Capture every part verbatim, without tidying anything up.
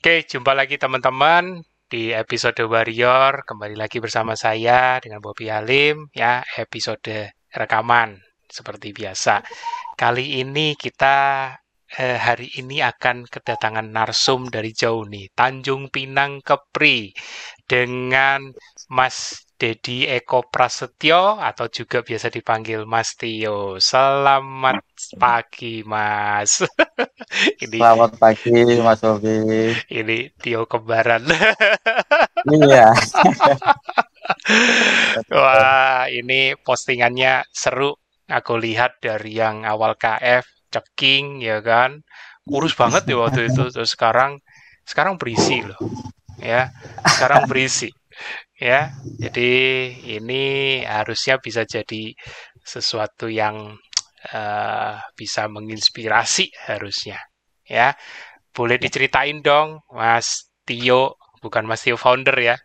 Oke, jumpa lagi teman-teman di episode Warrior. Kembali lagi bersama saya dengan Bobby Halim ya, episode rekaman seperti biasa. Kali ini kita eh, hari ini akan kedatangan narsum dari jauh nih, Tanjung Pinang Kepri dengan Mas Dedi Eko Prasetyo atau juga biasa dipanggil Mas Tio. Selamat pagi, Mas. Ini Selamat pagi, Mas Bobi. ini Tio kembaran. Iya, Wah, ini postingannya seru. Aku lihat dari yang awal K F, ceking, ya kan. Kurus banget ya waktu itu. Terus sekarang, sekarang berisi loh, ya. Sekarang berisi, ya. Jadi ini harusnya bisa jadi sesuatu yang eh, bisa menginspirasi harusnya, ya. Boleh diceritain dong, Mas Tio, bukan Mas Tio founder ya.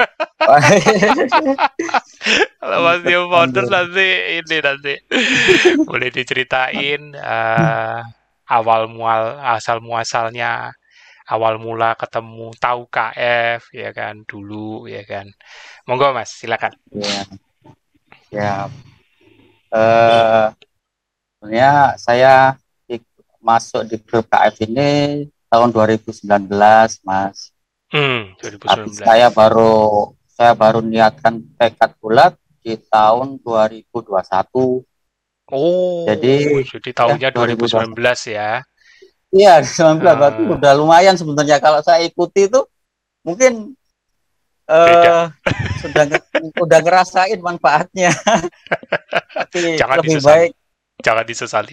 Kalau Mas Tio founder Lanjut. nanti ini nanti boleh diceritain eh, awal mual asal muasalnya, awal mula ketemu tahu K F ya kan dulu ya kan. Monggo Mas, silakan. Ya, ya. Eh, sebenarnya saya ik- masuk di grup K F ini tahun dua ribu sembilan belas, Mas. Hmm, Tapi dua ribu sembilan belas. saya baru saya baru niatkan tekad bulat di tahun dua ribu dua puluh satu. Jadi Oh, jadi ya tahunnya dua ribu dua puluh satu. dua ribu sembilan belas ya. Iya, sembilan belas berarti Eh, udah lumayan sebenarnya kalau saya ikuti itu mungkin beda. eh sudah nge- udah ngerasain manfaatnya. Tapi Jangan lebih disesali. baik. Jangan disesali.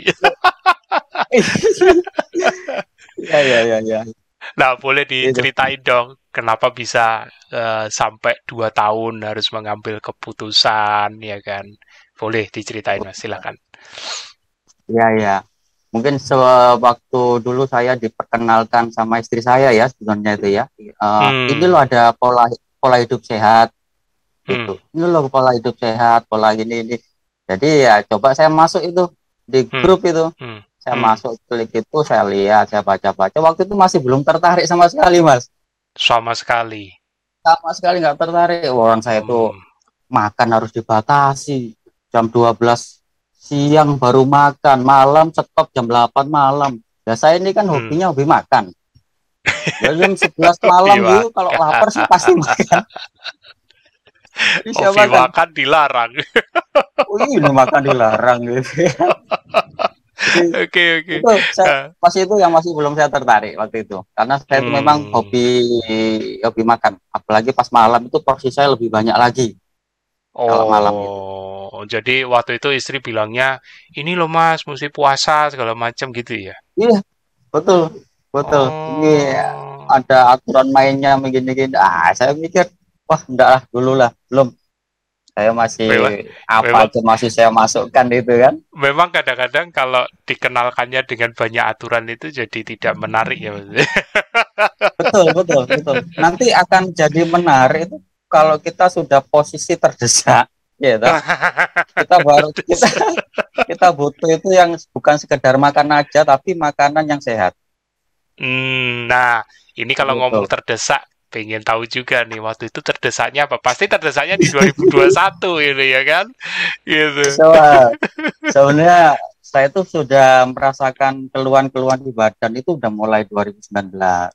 Ya, ya, ya, ya. Nah, boleh Itu. diceritain dong kenapa bisa eh, sampai dua tahun harus mengambil keputusan, ya kan? Boleh diceritain, Mas, silakan. Ya, ya. Mungkin sewaktu dulu saya diperkenalkan sama istri saya ya sebenarnya itu ya. Eh, ini Hmm, loh ada pola pola hidup sehat hmm, gitu. Ini loh pola hidup sehat, pola ini ini. Jadi ya coba saya masuk itu di hmm, grup itu. hmm, Saya hmm. masuk klik itu, saya lihat, saya baca-baca. Waktu itu masih belum tertarik sama sekali, Mas. Sama sekali. Sama sekali nggak tertarik. Orang saya itu Hmm, makan harus dibatasi. Jam dua belas siang baru makan, malam stop jam delapan malam. Ya saya ini kan hmm. hobinya hobi makan. Ya jam sebelas Hobi malam gitu kalau makan. lapar sih pasti makan. Jadi saya Hobi makan. makan dilarang. Oh ini makan dilarang gitu. Jadi Oke, oke. itu saya Ah, masih itu yang masih belum saya tertarik waktu itu. Karena saya itu memang hmm. hobi hobi makan. Apalagi pas malam itu porsi saya lebih banyak lagi kalau malam itu. Oh, jadi waktu itu istri bilangnya, ini loh Mas, mesti puasa segala macam gitu ya. Iya, betul, betul. Ini Oh, ada aturan mainnya begini-gini. Ah, saya mikir, wah, enggak lah, dulu lah, belum. Saya masih memang, apa memang, aja masih saya masukkan itu kan. memang kadang-kadang kalau dikenalkannya dengan banyak aturan itu jadi tidak menarik ya Mas. Betul, betul, betul. Nanti akan jadi menarik itu kalau kita sudah posisi terdesak, gitu. Kita baru kita kita butuh itu yang bukan sekedar makan aja, tapi makanan yang sehat. Hmm, nah, ini kalau ngomong Gitu. terdesak, pengen tahu juga nih waktu itu terdesaknya apa? Pasti terdesaknya di dua ribu dua puluh satu ini ya kan? Gitu. So, sebenarnya saya tuh sudah merasakan keluhan-keluhan di badan itu udah mulai dua ribu sembilan belas.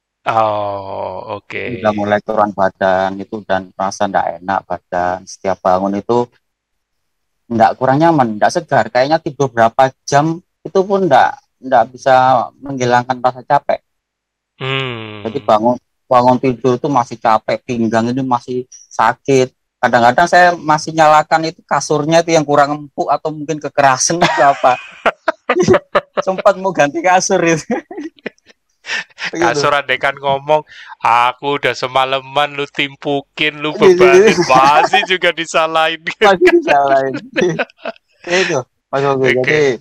Oh, oke. Udah mulai turun badan itu dan merasa enggak enak badan. Setiap bangun itu enggak kurang nyaman, enggak segar. Kayaknya tidur berapa jam itu pun enggak enggak bisa menghilangkan rasa capek. Jadi Hmm. bangun bangun tidur itu masih capek, pinggang ini masih sakit. Kadang-kadang saya masih nyalakan itu kasurnya itu yang kurang empuk atau mungkin kekerasan atau apa. Sempat mau ganti kasur itu. Begitu. Kasur andekan ngomong, aku udah semalaman lu timpukin, lu bebanin, masih juga disalahin. Masih disalahin. Itu Mas Ogi. Jadi Oke.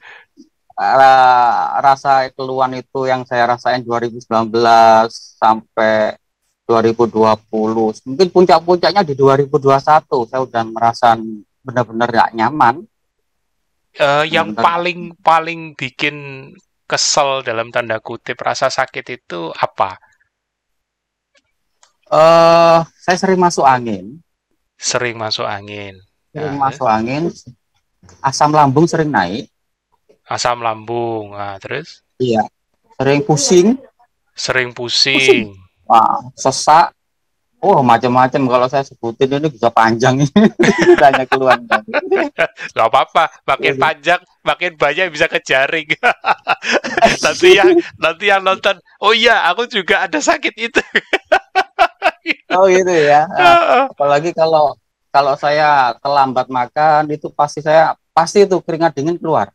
rasa keluhan itu yang saya rasain dua ribu sembilan belas sampai dua ribu dua puluh. Mungkin puncak-puncaknya di dua ribu dua puluh satu. Saya udah merasa benar-benar gak nyaman. Eh, yang Benar-benar gak paling paling bikin kesel dalam tanda kutip rasa sakit itu apa? Eh, saya sering masuk angin, Sering masuk angin. sering Nah, masuk angin, asam lambung sering naik, asam lambung. Nah, terus iya, sering pusing, sering pusing, pusing. wah, sesak, oh macam-macam kalau saya sebutin ini bisa panjang ini ceritanya keluar tadi. Gak apa-apa, makin panjang, makin banyak bisa kejaring. nanti yang nanti yang nonton, oh iya, aku juga ada sakit itu. Oh gitu ya. Nah, apalagi kalau kalau saya terlambat makan itu pasti saya pasti itu keringat dingin keluar.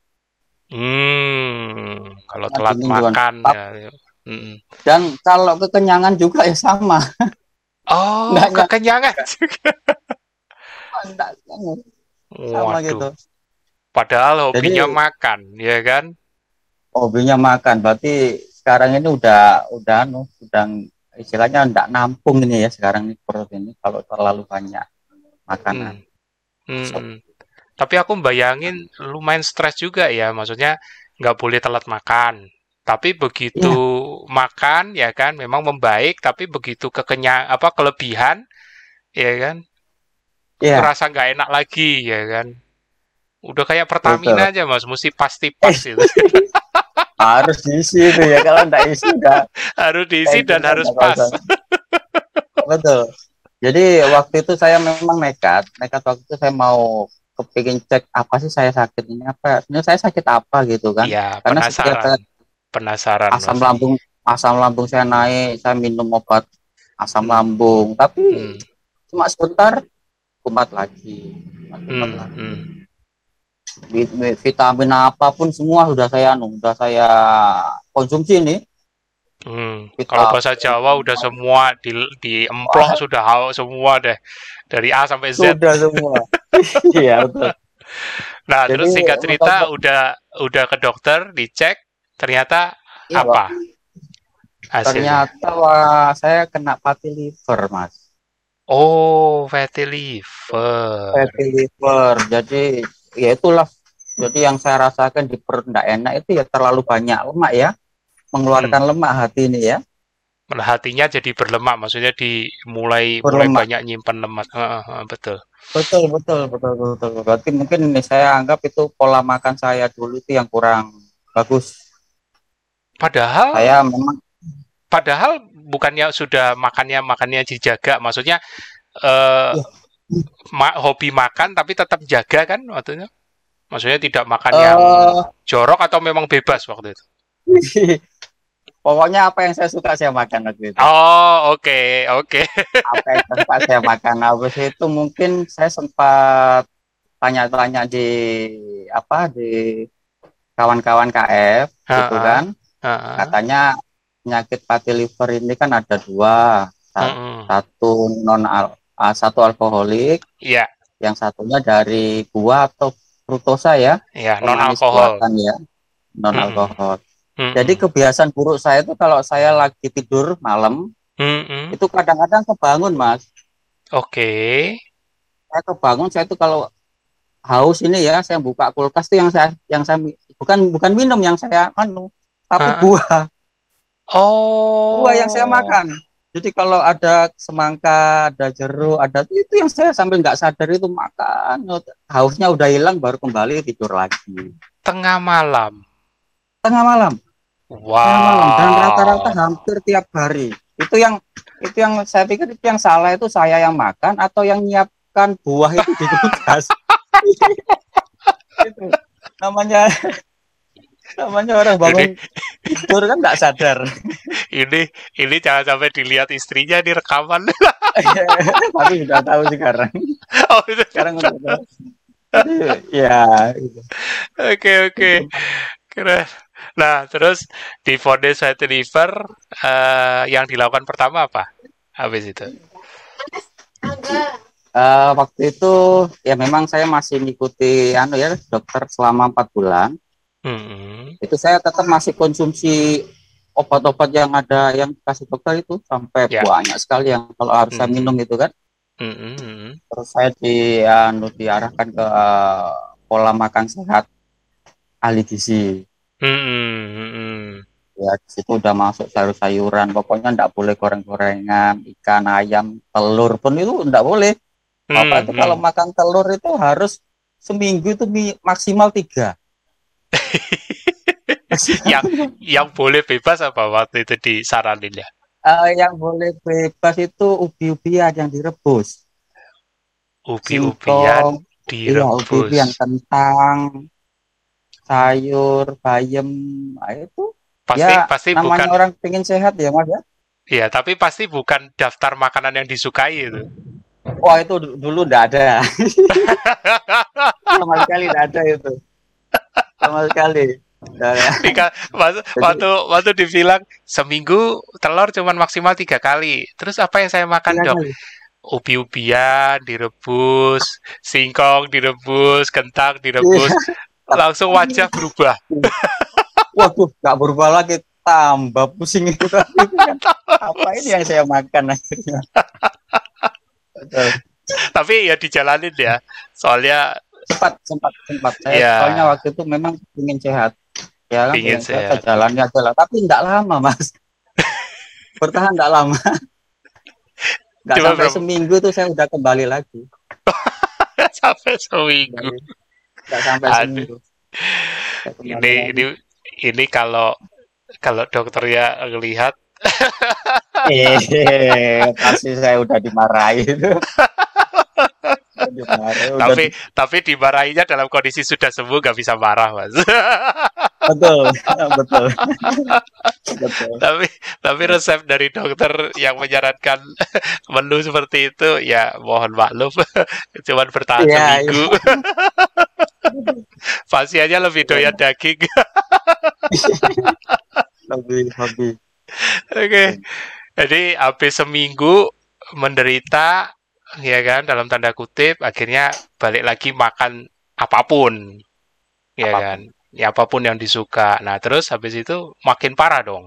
Hmm, kalau Keringat telat dingin keluar. makan Tap- ya. Mm. Dan kalau kekenyangan juga ya sama. Oh, Enggak nyangka, kekenyangan juga. enggak, sama Waduh, gitu. padahal hobinya Jadi makan, ya kan? hobinya makan. Berarti sekarang ini udah udah anu, udah istilahnya enggak nampung ini ya sekarang ini perut ini kalau terlalu banyak makanan. Hmm. Hmm. Tapi aku bayangin lumayan stres juga ya, maksudnya nggak boleh telat makan. Tapi begitu Iya, makan ya kan, memang membaik. Tapi begitu kekenyang apa kelebihan, ya kan, iya, ngerasa nggak enak lagi, ya kan. Udah kayak betul. Pertamina aja mas, mesti pasti pas Eh, itu. harus diisi itu ya. Kalau enggak isi udah Harus diisi dan tankernya harus udah pas. kosong. Betul. Jadi waktu itu saya memang nekat, nekat waktu itu saya mau kepingin cek apa sih saya sakit ini apa, ini saya sakit apa gitu kan? Iya, Karena setiap penasaran, saya penasaran asam pasti. lambung asam lambung saya naik, saya minum obat asam Hmm, lambung, tapi hmm, cuma sebentar kumat lagi, kumat, kumat hmm, lagi. hmm, Vitamin apapun semua sudah saya anu, sudah saya konsumsi nih, hmm. Kalau bahasa vitamin Jawa udah semua di diemplok wah, sudah hau semua deh dari A sampai Z. sudah semua. Iya betul. Nah, Jadi terus singkat cerita makanya udah udah ke dokter, dicek, ternyata iya Pak. apa hasilnya? Ternyata wah, saya kena fatty liver, Mas. Oh, fatty liver. Fatty liver. Jadi ya itulah. Jadi yang saya rasakan di perut enggak enak itu ya terlalu banyak lemak ya, Hmm. mengeluarkan lemak hati ini ya, Malah hatinya jadi berlemak, maksudnya di mulai mulai berlemak. banyak nyimpan lemak. Heeh, heeh, betul. Betul, betul, betul, betul. Berarti mungkin ini saya anggap itu pola makan saya dulu itu yang kurang bagus. Padahal Saya memang padahal bukannya sudah makannya makannya dijaga, maksudnya eh, ya, ma- hobi makan tapi tetap jaga kan waktunya. Maksudnya tidak makan yang eh jorok atau memang bebas waktu itu. pokoknya apa yang saya suka saya makan waktu itu. Oh, oke, okay, oke. Okay. Apa yang sempat saya makan habis itu mungkin saya sempat tanya-tanya di apa di kawan-kawan K F gitu Heeh, kan, heeh, katanya penyakit fatty liver ini kan ada dua, heeh. satu non al ah, satu alkoholik, Iya, yang satunya dari buah atau fruktosa ya, iya, non pemanis alkohol. buatan ya, non Heeh, alkohol. Jadi heeh, kebiasaan buruk saya itu kalau saya lagi tidur malam heeh. itu kadang-kadang kebangun mas, Oke. saya kebangun saya itu kalau haus ini ya saya buka kulkas tuh yang saya yang saya bukan bukan minum yang saya anu tapi Heeh. buah buah yang saya Oh, makan. Jadi kalau ada semangka, ada jeruk, ada itu yang saya sambil nggak sadar itu makan, hausnya udah hilang baru kembali tidur lagi. tengah malam. Tengah malam, tengah malam dan rata-rata Wow. hampir tiap hari. Itu yang itu yang saya pikir itu yang salah itu saya yang makan atau yang nyiapkan buah itu di kulkas. Itu namanya namanya orang bangun Ini tidur kan nggak sadar. ini ini jangan sampai dilihat istrinya di rekaman. Tapi sudah tahu sekarang. Oh, itu. Sekarang udah tahu. Jadi ya itu. Oke, oke. Itu. Keren. Nah, terus di vonis fatty liver eh, yang dilakukan pertama apa? Habis itu. Eh, waktu itu ya memang saya masih mengikuti anu ya dokter selama empat bulan. Hmm. Itu saya tetap masih konsumsi obat-obat yang ada yang kasih dokter itu sampai Ya. banyak sekali yang kalau harus saya minum Hmm. itu kan. Hmm. Hmm. Terus saya di anu diarahkan ke uh, pola makan sehat ahli gizi. Hmm. Hmm. Ya di situ udah masuk sayur-sayuran, pokoknya enggak boleh goreng-gorengan, ikan, ayam, telur pun itu enggak boleh. Bapak Hmm, itu kalau hmm. makan telur itu harus seminggu itu mi- maksimal tiga. yang yang boleh bebas apa waktu itu disaranin ya? Eh, yang boleh bebas itu ubi-ubian yang direbus, Ubi-ubian singkong, iya ubi-ubian, direbus. kentang, Hmm. sayur, bayam, nah, itu Pasti ya pasti namanya bukan orang pengen sehat ya mas ya. ya, tapi pasti bukan daftar makanan yang disukai itu. Wah itu du- dulu nggak ada, sama sekali nggak ada itu, sama sekali. Nah, Dika, waktu, jadi waktu waktu dibilang seminggu telur cuman maksimal tiga kali. Terus apa yang saya makan tiga dok? kali. Ubi-ubian direbus, singkong direbus, kentang direbus. Langsung wajah berubah. Waduh, nggak berubah lagi, tambah pusing itu kan, itu kan apa ini yang saya makan akhirnya. Betul. Tapi ya dijalanin ya. Soalnya Sempat, sempat, sempat. Saya soalnya ya waktu itu memang ingin sehat. Ya kan, pingin ingin sehat, saya sehat. jalani aja lah. Tapi nggak lama, Mas. Bertahan nggak lama. Nggak Cuma sampai berapa? seminggu tuh saya udah kembali lagi. Sampai seminggu. Kembali. Nggak sampai Aduh, seminggu. Saya kembali ini lagi. ini ini kalau kalau dokternya ngelihat Eh, pasti saya udah dimarahi itu. Udah dimarahi, udah tapi di- tapi dimarahinya dalam kondisi sudah sembuh nggak bisa marah mas. betul, betul, betul. tapi tapi resep dari dokter yang menyarankan menu seperti itu ya mohon maklum cuman bertahan Iya, iya. seminggu. Pasiennya lebih doyan daging. Lebih, lebih. Oke, okay. Jadi habis seminggu menderita ya kan dalam tanda kutip akhirnya balik lagi makan apapun ya kan, Apapun. ya apapun yang disuka. Nah terus habis itu makin parah dong.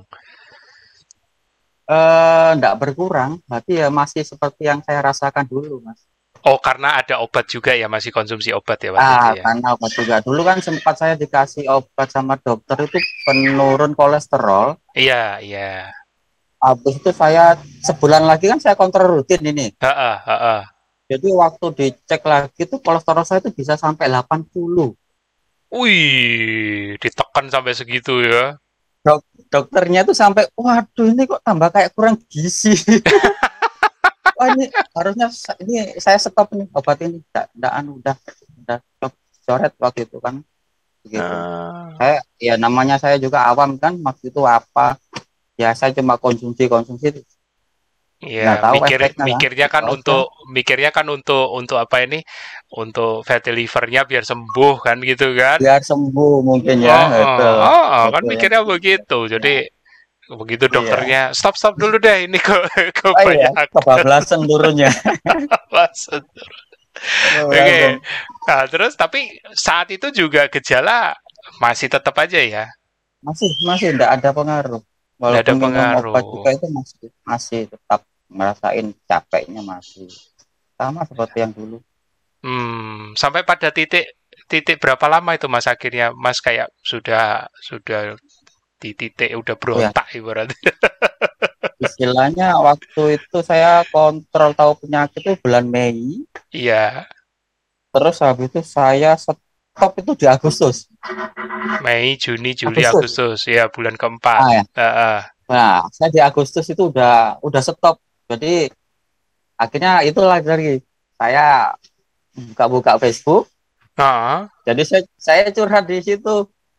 Eh, enggak berkurang, berarti ya masih seperti yang saya rasakan dulu, Mas. Oh karena ada obat juga ya, masih konsumsi obat ya waktu itu Ah, ya. karena obat juga. Dulu kan sempat saya dikasih obat sama dokter itu penurun kolesterol. Iya iya. Habis itu saya sebulan lagi kan saya kontrol rutin ini. Heeh, heeh. Jadi waktu dicek lagi tuh kolesterol saya itu bisa sampai delapan puluh. Wih, ditekan sampai segitu ya. Dok, dokternya tuh sampai, waduh ini kok tambah kayak kurang gizi. Wah ini harusnya sa- ini saya stop nih obat ini. Nggak, nggak anu udah udah stop coret waktu itu kan begitu. Uh, Saya ya namanya saya juga awam kan waktu itu apa ya saya cuma konsumsi konsumsi nggak ya tahu mikir efeknya kan. mikirnya kan Ya udah, untuk mikirnya kan untuk untuk apa ini? Untuk fatty livernya biar sembuh kan gitu kan. biar sembuh mungkin ya, Oh, oh, betul, oh, oh, kan betul ya. mikirnya begitu. Jadi begitu Iya. dokternya stop stop dulu deh ini ke Oh iya, kebanyakan. kebablasan turunnya. Maksud. Oke. Kebablasan. Nah, terus tapi saat itu juga gejala masih tetap aja ya. Masih masih tidak ada pengaruh. Nggak ada Walaupun minum obat pengaruh. juga itu masih masih tetap ngerasain capeknya masih sama seperti yang dulu. Hmm, sampai pada titik titik berapa lama itu Mas akhirnya Mas kayak sudah sudah di titik udah Oh ya, berontak ibaratnya. istilahnya waktu itu saya kontrol tahu penyakit itu bulan Mei, Iya, terus habis itu saya stop itu di Agustus. Mei, Juni, Juli, Agustus. Agustus. Ya, bulan keempat. Ah ya. Heeh. Nah, saya di Agustus itu udah udah stop. Jadi akhirnya itulah dari saya buka-buka Facebook. Heeh. Jadi saya saya curhat di situ.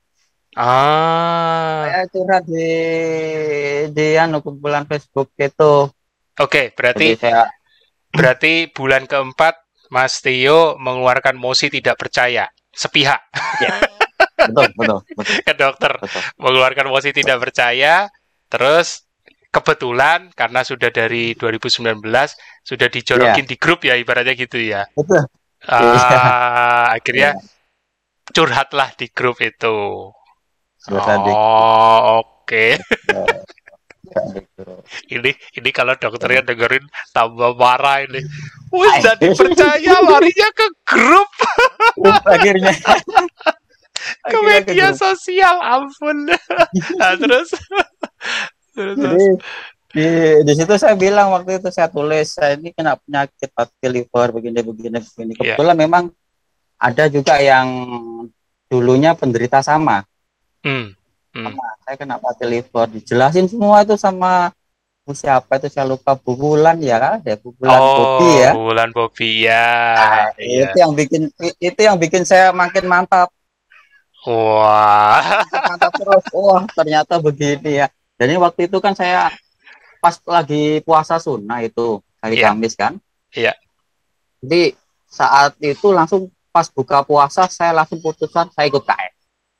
Ah. Saya curhat di di anu kumpulan Facebook itu. Oke, berarti Jadi saya berarti bulan keempat Mas Tio mengeluarkan mosi tidak percaya sepihak ya betul betul betul ke dokter, betul. mengeluarkan mosi tidak percaya, terus kebetulan karena sudah dari dua ribu sembilan belas sudah Iya, dijorokin di grup ya ibaratnya gitu ya. betul. Iya, Ah, akhirnya iya. curhatlah di grup itu. Curhat di Oh, oke. eh, curhat di grup. Ini ini kalau dokternya dengerin tambah marah ini. Wih, Ay, jadi percaya larinya ke grup. akhirnya ke akhirnya ke media grup. sosial, ampun. Nah, terus, terus, Jadi terus. di di situ saya bilang waktu itu saya tulis saya ini kena penyakit batuk liver begini begini begini. Iya. Kebetulan memang ada juga yang dulunya penderita sama. Hmm. Hmm. Sama saya kena batuk liver dijelasin semua itu sama Bu siapa itu saya lupa Bu Bulan ya kan ada Bu Bulan Bobi Oh, ya. bulan Bobi ya. Nah, Iya. itu yang bikin itu yang bikin saya makin mantap Wah. mantap mantap terus. Wah ternyata begini ya. Jadi waktu itu kan saya pas lagi puasa sunnah itu hari Iya, Kamis kan. iya. Jadi saat itu langsung pas buka puasa saya langsung putusan saya ikut K F.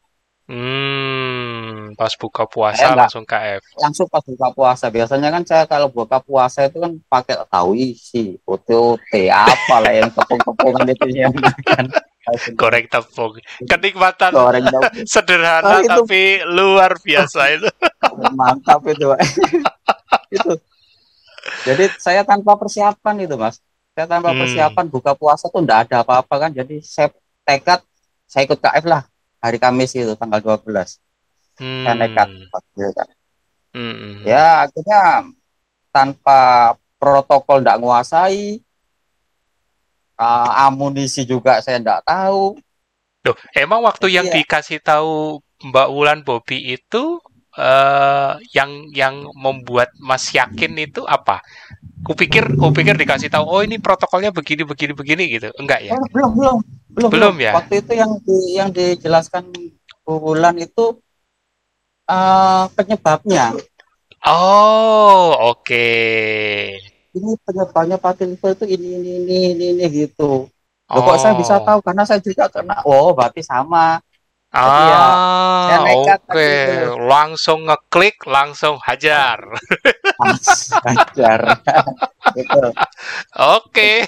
Hmm, pas buka Saya puasa nggak langsung K F. langsung pas buka puasa. Biasanya kan saya kalau buka puasa itu kan pakai tahu isi, O T O T apa lah yang tepung-tepungan itu yang makan. Goreng tepung. Kenikmatan Goreng tahu. Oh, sederhana itu tapi luar oh, biasa itu. mantap itu. Itu. Jadi saya tanpa persiapan itu Mas. Saya tanpa Hmm, persiapan buka puasa tuh enggak ada apa-apa kan. Jadi saya tekad saya ikut K F lah hari Kamis itu tanggal dua belas. Saya nekat. hmm, hmm, hmm. Ya akhirnya tanpa protokol enggak nguasai, uh, amunisi juga saya enggak tahu. Loh, emang waktu Jadi yang ya dikasih tahu Mbak Wulan Bobi itu eh yang yang membuat Mas yakin itu apa? Kupikir, kupikir dikasih tahu, oh ini protokolnya begini, begini, begini gitu. Enggak ya? eh, belum belum belum belum. Belum ya? Waktu itu yang di, yang dijelaskan Bu Wulan itu uh, penyebabnya. Oh, oke. Okay. Ini penyebabnya Pak Tilvo itu ini ini ini ini, ini gitu. Loh kok saya bisa Oh. tahu karena saya juga kena. Oh, berarti sama. Jadi ya saya Ah, nekat oke. tadi itu. Langsung ngeklik, langsung hajar. Mas, ajar. Gitu. Oke.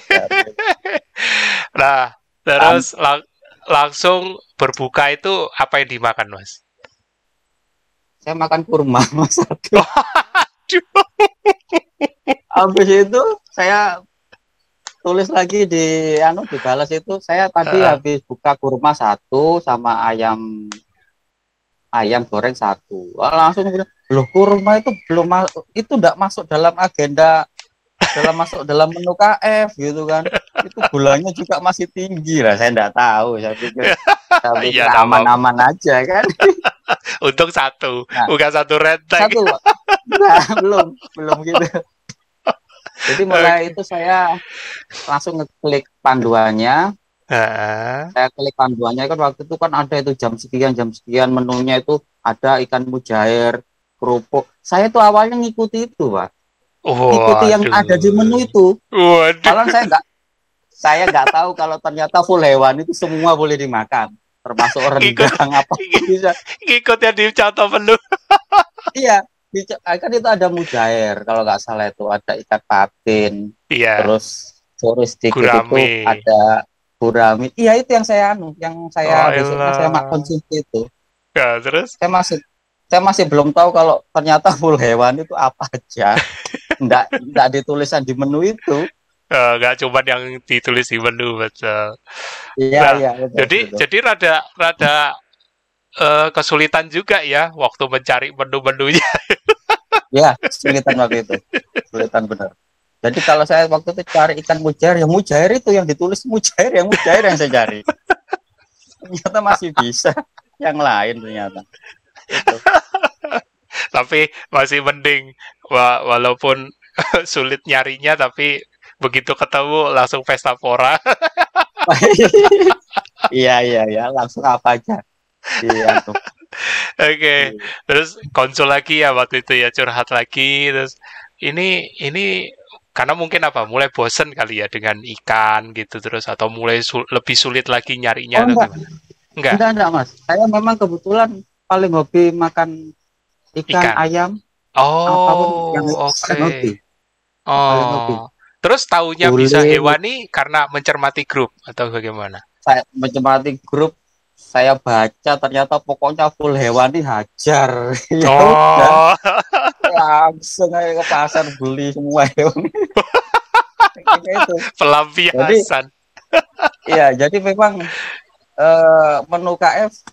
Nah, Sam- terus lang- langsung berbuka itu apa yang dimakan, Mas? Saya makan kurma Mas satu. Aduh. Habis itu saya tulis lagi di anu dibalas itu saya tadi Heeh. habis buka kurma satu sama ayam ayam goreng satu. Wah, langsung bilang, loh kurma itu belum masuk, itu enggak masuk dalam agenda dalam masuk dalam menu K F gitu kan. Itu gulanya juga masih tinggi lah. Saya enggak tahu. Saya pikir saya pikir Iya, nama aman-aman aja kan. untung satu, Nah, bukan satu renteng. satu nah, belum belum gitu. Jadi mulai Oke. itu saya langsung ngeklik panduannya. Heeh. Saya klik panduannya kan waktu itu kan ada itu jam sekian jam sekian menunya itu ada ikan mujair, kerupuk. Saya tuh awalnya ngikuti itu, Pak. Ngikuti yang ada di Waduh. menu itu. Waduh. Malah saya nggak saya nggak tahu kalau ternyata full hewan itu semua boleh dimakan, termasuk Ngikut, rendang apapun bisa. ngikut yang dicatat menu. Iya, kan itu ada mujair kalau nggak salah itu ada ikan patin, Iya, terus sore sedikit itu gurame. ada gurami. Iya itu yang saya anu, yang saya Oh, besoknya saya mak elah. konsumsi itu. Ya, terus? Saya masih saya masih belum tahu kalau ternyata full hewan itu apa aja. Nggak nggak ditulisan di menu itu. Eh, nggak cuma yang ditulis di menu, betul. Iya Nah, iya betul jadi betul. jadi rada rada eh, kesulitan juga ya waktu mencari menu-menunya. Ya kesulitan waktu itu, kesulitan benar. Jadi kalau saya waktu itu cari ikan mujair, yang mujair itu yang ditulis mujair, yang mujair yang saya cari. Ternyata masih bisa yang lain ternyata. Itu. Tapi masih mending wa- walaupun sulit nyarinya tapi begitu ketemu langsung pesta pora. Iya iya iya langsung apa aja. Iya tuh. Oke, terus konsul lagi ya waktu itu ya curhat lagi terus ini ini karena mungkin apa mulai bosen kali ya dengan ikan gitu terus atau mulai sul- lebih sulit lagi nyarinya Oh atau enggak, gimana? Enggak, enggak enggak Mas. Saya memang kebetulan paling hobi makan ikan, ikan. ayam, apapun yang Oh, itu oke. paling hobi, paling hobi. Oh. Terus taunya bisa Boleh hewani karena mencermati grup atau bagaimana? saya mencemati grup, saya baca ternyata pokoknya full hewani hajar. Ya udah, Oh, langsung aja ke pasar beli semua hewan kayak itu. Jadi pelampiasan. iya, jadi memang eh, menu K F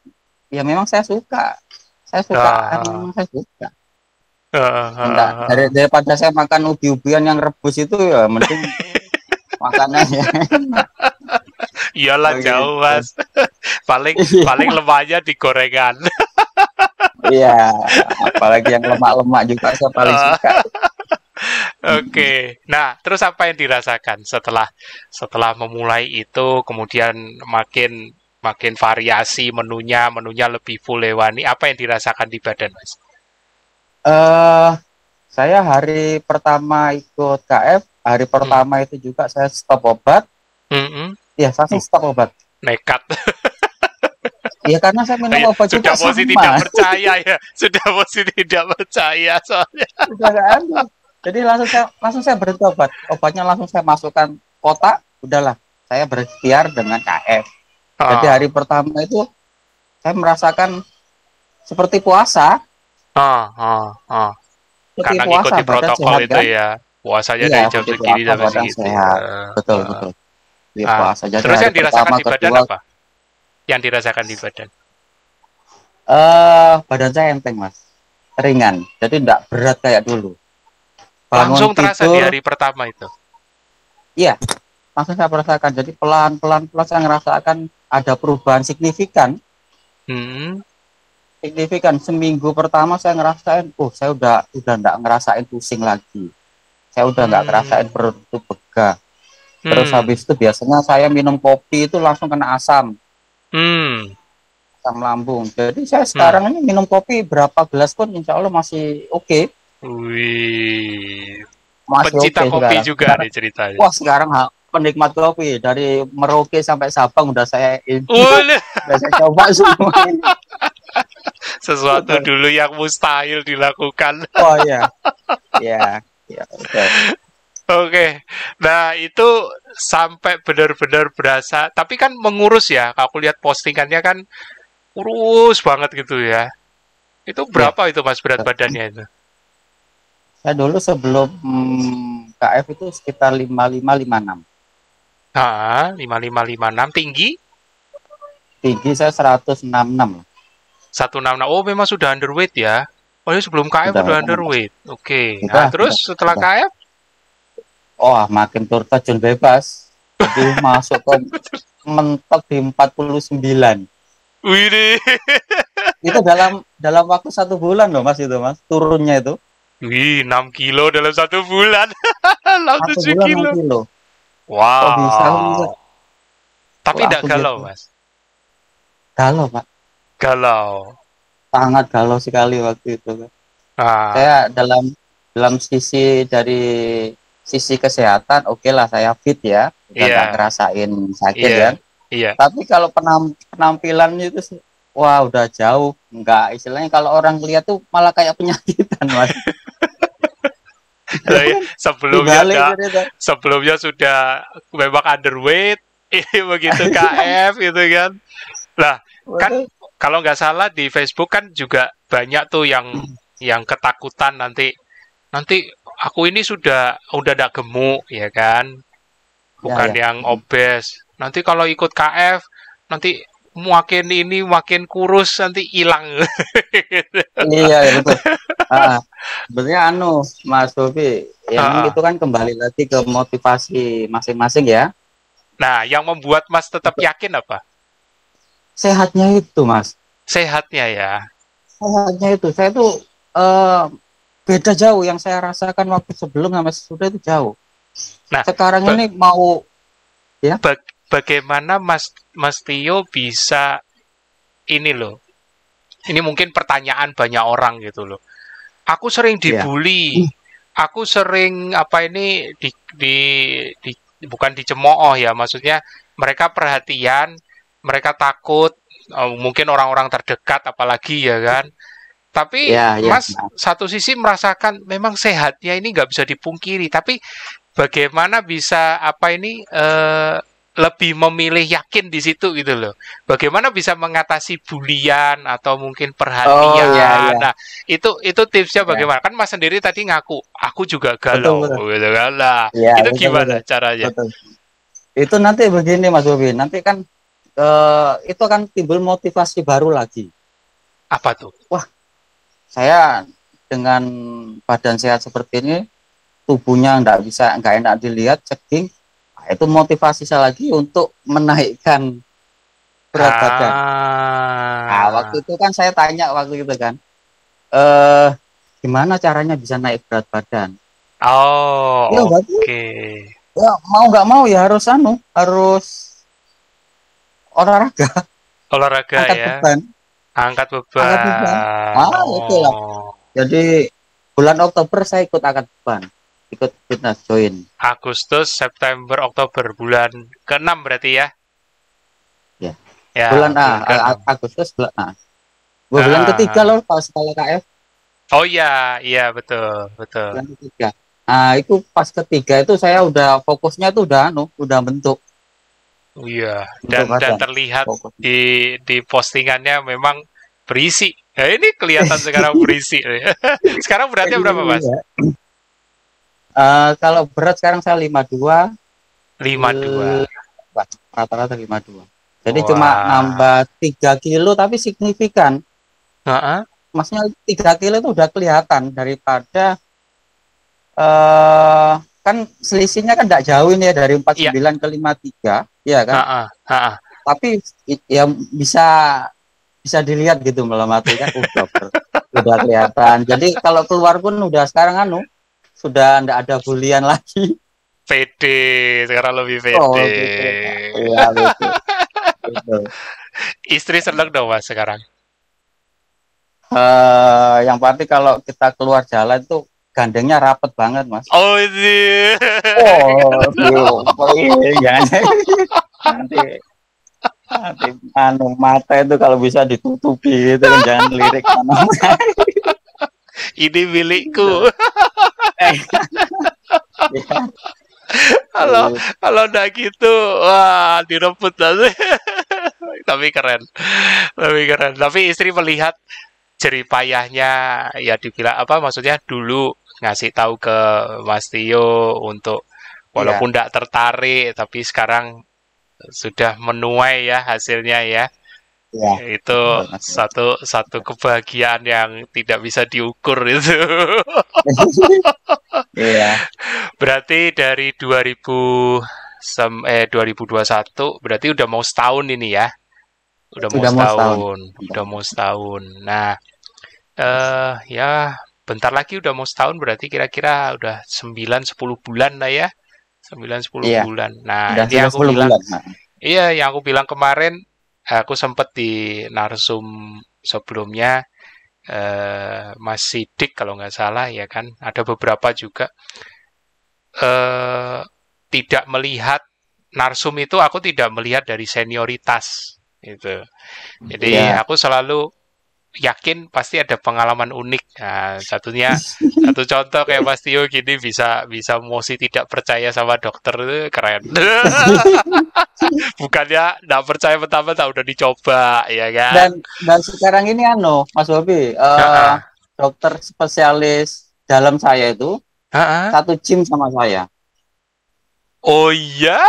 ya memang saya suka. Saya suka, Ah, memang saya suka. ah, ah, Enggak, ah, dari, ah. daripada saya makan ubi-ubian yang rebus itu ya mending makannya ya enak Iyalah jauh begitu. mas. paling paling Iya, lemahnya di gorengan. iya, apalagi yang lemak-lemak juga saya paling Ah, suka. Oke, nah terus apa yang dirasakan setelah setelah memulai itu, kemudian makin makin variasi menunya, menunya lebih full hewani, apa yang dirasakan di badan mas? Eh, saya hari pertama ikut K F, hari Hmm. pertama itu juga saya stop obat. Mm-mm. Ya, saya Uh, stop obat. nekat. Ya karena saya minum Ya, obat juga sudah posisi tidak sama, percaya ya, sudah posisi tidak percaya soalnya. udah gak ada. Jadi langsung saya langsung saya berhenti obat. Obatnya langsung saya masukkan kotak, udahlah. Saya berikhtiar dengan K F. Jadi hari Ah, pertama itu saya merasakan seperti puasa, ah, ah, ah. seperti Karena puasa, ngikuti badan protokol sehat itu kan? ya, puasanya Iya, dari jam seperti segini puasa, sampai badan segitu ya. sehat. Betul, Ah, betul. Iya ah. puasa. Jadi Terus hari yang dirasakan pertama, di badan kedua, apa? Yang dirasakan di badan? eh badan saya enteng, Mas. Ringan. Jadi enggak berat kayak dulu. Bangun Langsung terasa di tidur, hari pertama itu. iya, langsung saya merasakan. Jadi pelan-pelan pelan saya ngerasakan ada perubahan signifikan. Hmm. Signifikan seminggu pertama saya ngerasain, oh saya udah udah enggak ngerasain pusing lagi. Saya udah nggak ngerasain Hmm. perut itu begah. Terus Hmm. habis itu biasanya saya minum kopi itu langsung kena asam, Hmm. asam lambung. Jadi saya Hmm. sekarang ini minum kopi berapa gelas pun insya Allah masih oke, okay. Wih. Masih oke Pencinta okay kopi sekarang. juga Sekarang, nih ceritanya. wah sekarang ha, penikmat kopi dari Merauke sampai Sabang udah saya ini, Wih, udah saya coba semua ini. sesuatu Betul. dulu yang mustahil dilakukan. Oh ya, ya, ya, betul. Oke, nah itu sampai benar-benar berasa. Tapi kan mengurus ya, aku lihat postingannya kan kurus banget gitu ya. Itu Ya, berapa itu mas berat badannya itu? saya dulu sebelum hmm, K F itu sekitar lima puluh lima lima puluh enam. Ah, lima puluh lima lima puluh enam tinggi Tinggi saya seratus enam puluh enam. seratus enam puluh enam. Oh, memang sudah underweight ya. Oh, ya sebelum K F Sudah, udah underweight. Oke. Nah, sudah, terus sudah, setelah sudah. K F, Oh, makin turun terjun bebas. Jadi masuk ke mentok di empat puluh sembilan. wih, Itu dalam dalam waktu satu bulan loh Mas itu Mas. Turunnya itu. wih, enam kilo dalam satu bulan. Lalu Satu tujuh bulan enam kilo. kilo. Kok bisa? Kok bisa? Wow. Kok Tapi tidak langsung galau, gitu? Mas. Galau Pak. Galau. Sangat galau sekali waktu itu. Saya Nah, dalam dalam sisi dari sisi kesehatan, oke okay lah saya fit ya. Udah nggak iya, ngerasain sakit iya, kan. iya. Tapi kalau penam, penampilan itu sih, wah udah jauh. Enggak, istilahnya kalau orang lihat tuh malah kayak penyakitan, Mas. Lah ya, Kan sebelumnya dibalik enggak, cerita. sebelumnya sudah memang underweight, ini begitu K F gitu kan. Lah, kan Betul. kalau nggak salah di Facebook kan juga banyak tuh yang yang ketakutan nanti nanti aku ini sudah udah tidak gemuk ya kan, Ya, bukan ya. yang obes. Nanti kalau ikut K F nanti makin ini makin kurus nanti hilang. Iya, ya betul. Ah, sebenarnya anu, Mas Bobi, ya memang Ah, itu kan kembali lagi ke motivasi masing-masing ya. nah, yang membuat Mas tetap yakin apa? Sehatnya itu, Mas. Sehatnya ya. Sehatnya itu. Saya tuh eh, beda jauh yang saya rasakan waktu sebelum sama sesudah itu jauh. Nah, Sekarang ba- ini mau ya, ba- bagaimana Mas Mas Tio bisa ini loh. Ini mungkin pertanyaan banyak orang gitu loh. Aku sering ya. dibully. Aku sering apa ini di di, di bukan dicemooh ya, maksudnya mereka perhatian, mereka takut, eh, mungkin orang-orang terdekat apalagi ya kan. Tapi Ya, ya. Mas satu sisi merasakan memang sehatnya ini nggak bisa dipungkiri, tapi bagaimana bisa apa ini eh, lebih memilih yakin di situ gitu loh. Bagaimana bisa mengatasi bulian atau mungkin Oh, ya, perhatian. ya. Nah, itu itu tipsnya Ya. bagaimana? Kan Mas sendiri tadi ngaku, aku juga Betul, galau betul. gitu kan. Lah, Ya, itu betul, betul. gimana caranya? Betul. Itu nanti begini Mas Bobi, nanti kan eh, itu akan timbul motivasi baru lagi. Apa tuh? Wah, saya dengan badan sehat seperti ini, tubuhnya nggak bisa, nggak enak dilihat, ceking. Nah, itu motivasi saya lagi untuk menaikkan berat badan. Nah, waktu Ah. itu kan saya tanya waktu itu kan, eh gimana caranya bisa naik berat badan? Ya Oh, berarti oke. ya mau nggak mau ya harus anu, harus olahraga, Olahraga angkat ya. beban, Angkat angkat beban. beban. Ah, itu lah. Oh. Jadi bulan Oktober saya ikut angkat beban, ikut fitness join. Agustus, September, Oktober. Bulan keenam berarti ya? Ya, bulan Ya, ah, bulan ah, keenam. Agustus bulan ah, Ah, bulan ah, ketiga ah. loh kalau skala K F, Oh iya, iya betul, betul. bulan ketiga. Nah, itu pas ketiga itu saya udah fokusnya tuh udah anu, udah bentuk Oh iya, bentuk dan dan badan. terlihat Fokus. di di postingannya memang berisi. Nah, ini kelihatan sekarang berisi. Sekarang beratnya berapa, Mas? Iya. Eh, kalau berat sekarang saya lima puluh dua, lima puluh dua. eh, rata-rata lima puluh dua. Jadi cuma Wah. nambah tiga kilo tapi signifikan. Heeh. Maksudnya tiga kilo itu udah kelihatan daripada eh kan selisihnya kan tidak jauh ini ya dari empat puluh Iya. sembilan ke lima puluh tiga, ya kan? Heeh, heeh. Tapi ya bisa bisa dilihat gitu malam hati kan udah ber, udah kelihatan. Jadi kalau keluar pun udah sekarang anu sudah tidak ada bulian lagi. Pede, sekarang lebih Oh, pede. gitu. Iya, betul. Betul. Istri seneng dong, Mas, sekarang. Eh, yang pasti kalau kita keluar jalan tuh gandengnya rapet banget, Mas. Oh, ini. Oh, gitu. Jangan nanti nanti anu mata itu kalau bisa ditutupi itu kan jangan lirik mana. Ini milikku. Gitu. Eh, ya, Kalau kalau udah gitu, wah direbut nanti. Tapi keren, tapi keren. Tapi istri melihat jerih payahnya, ya dibilang apa? Maksudnya dulu ngasih tahu ke Mas Tio untuk iya, walaupun tidak tertarik, tapi sekarang sudah menuai ya hasilnya ya. iya, Itu betul, Mas. satu satu kebahagiaan yang tidak bisa diukur itu. Iya, Berarti dari dua ribu sem eh dua ribu dua puluh satu berarti udah mau setahun ini ya. Udah mau sudah mau setahun. setahun, udah mau setahun. Nah, eh ya bentar lagi udah mau setahun berarti kira-kira udah sembilan sepuluh bulan lah ya. Sembilan sepuluh Iya, bulan. Nah, sudah ini sudah aku sepuluh bilang, bulan. Nah, iya yang aku bilang kemarin aku sempet di narsum sebelumnya eh Mas Sidik kalau nggak salah ya kan. Ada beberapa juga eh tidak melihat narsum itu aku tidak melihat dari senioritas gitu. Jadi iya. aku selalu yakin pasti ada pengalaman unik. Nah, satunya satu contoh kayak Mas Tio gini bisa bisa emosi tidak percaya sama dokter itu keren. Bukannya nggak percaya pertama tak udah dicoba ya kan? Dan dan sekarang ini anu, Mas Bobi, eh, Heeh. dokter spesialis dalam saya itu Heeh. satu gym sama saya. Oh iya.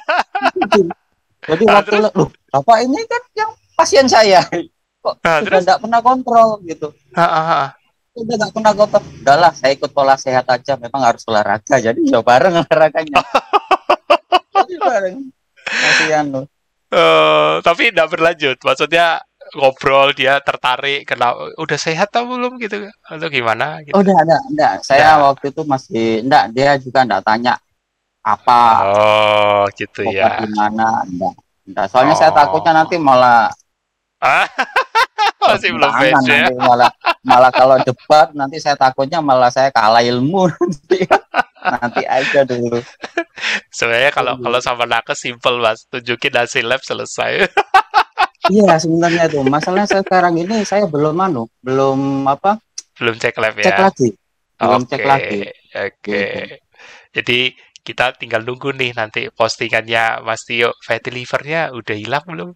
Jadi Nah, waktu terus loh, Bapak ini kan yang pasien saya kok nah, sudah terus tidak pernah kontrol gitu. heeh, heeh. Sudah tidak pernah kontrol. Udahlah, saya ikut pola sehat aja. Memang harus olahraga. Jadi ya bareng olahraganya. Jadi bareng. Masih anu. Eh, tapi tidak berlanjut. Maksudnya ngobrol dia tertarik kenapa udah sehat atau belum gitu atau gimana Oh, gitu. enggak, enggak, enggak. Saya Nah, waktu itu masih enggak. Dia juga enggak tanya apa oh gitu obat di ya. mana. Enggak. Enggak. Soalnya saya takutnya Oh. nanti malah Ah, masih belum pertentangan match ya. nanti malah malah kalau debat nanti saya takutnya malah saya kalah ilmu nanti nanti aja dulu. Sebenarnya kalau kalau sama nakes simple mas, tunjukin hasil lab selesai. Iya sebenarnya itu masalahnya saya sekarang ini saya belum anu belum apa Belum cek lab cek ya. lagi belum cek Oke, lagi oke. gitu. Jadi kita tinggal nunggu nih nanti postingannya Mas Tio. Fatty livernya udah hilang belum?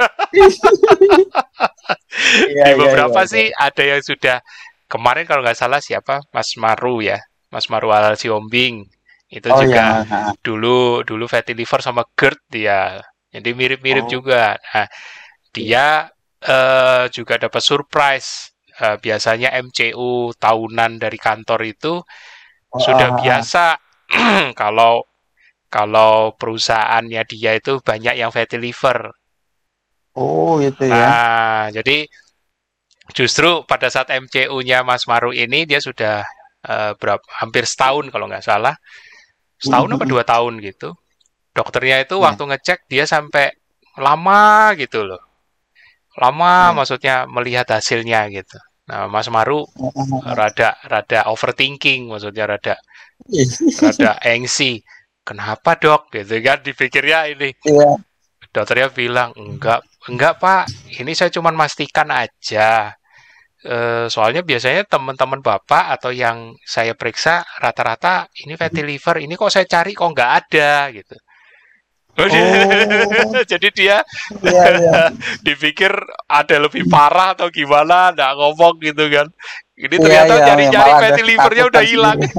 Iya Di iya iya beberapa iya. sih ada yang sudah kemarin kalau nggak salah siapa Mas Maru ya, Mas Maru Al Siombing itu Oh ya, juga nah. dulu dulu fatty liver sama GERD dia, jadi mirip-mirip Oh juga. Nah iya. dia eh, juga dapat surprise. Eh, biasanya M C U tahunan dari kantor itu Ah, sudah ah, ah. biasa kalau kalau perusahaannya dia itu banyak yang fatty liver. Oh itu ya. Nah, jadi justru pada saat M C U-nya Mas Maru ini dia sudah eh, berapa hampir setahun kalau nggak salah, setahun apa dua tahun gitu. Dokternya itu Ya, waktu ngecek dia sampai lama gitu loh, lama ya. maksudnya melihat hasilnya gitu. Nah, Mas Maru Ah, ah, ah. rada rada overthinking, maksudnya rada rada angsi. Kenapa dok? Gitu kan dipikirnya ini. Iya. Dokternya bilang enggak, enggak pak. Ini saya cuma mastikan aja. Eh, soalnya biasanya teman-teman bapak atau yang saya periksa rata-rata ini fatty liver. Ini kok saya cari kok nggak ada gitu. Oh, Jadi dia iya iya. dipikir ada lebih parah atau gimana, nggak ngomong gitu kan. Ini Iya ternyata iya, ya, nyari-nyari malah ada fatty livernya udah ketakutan hilang. sendiri.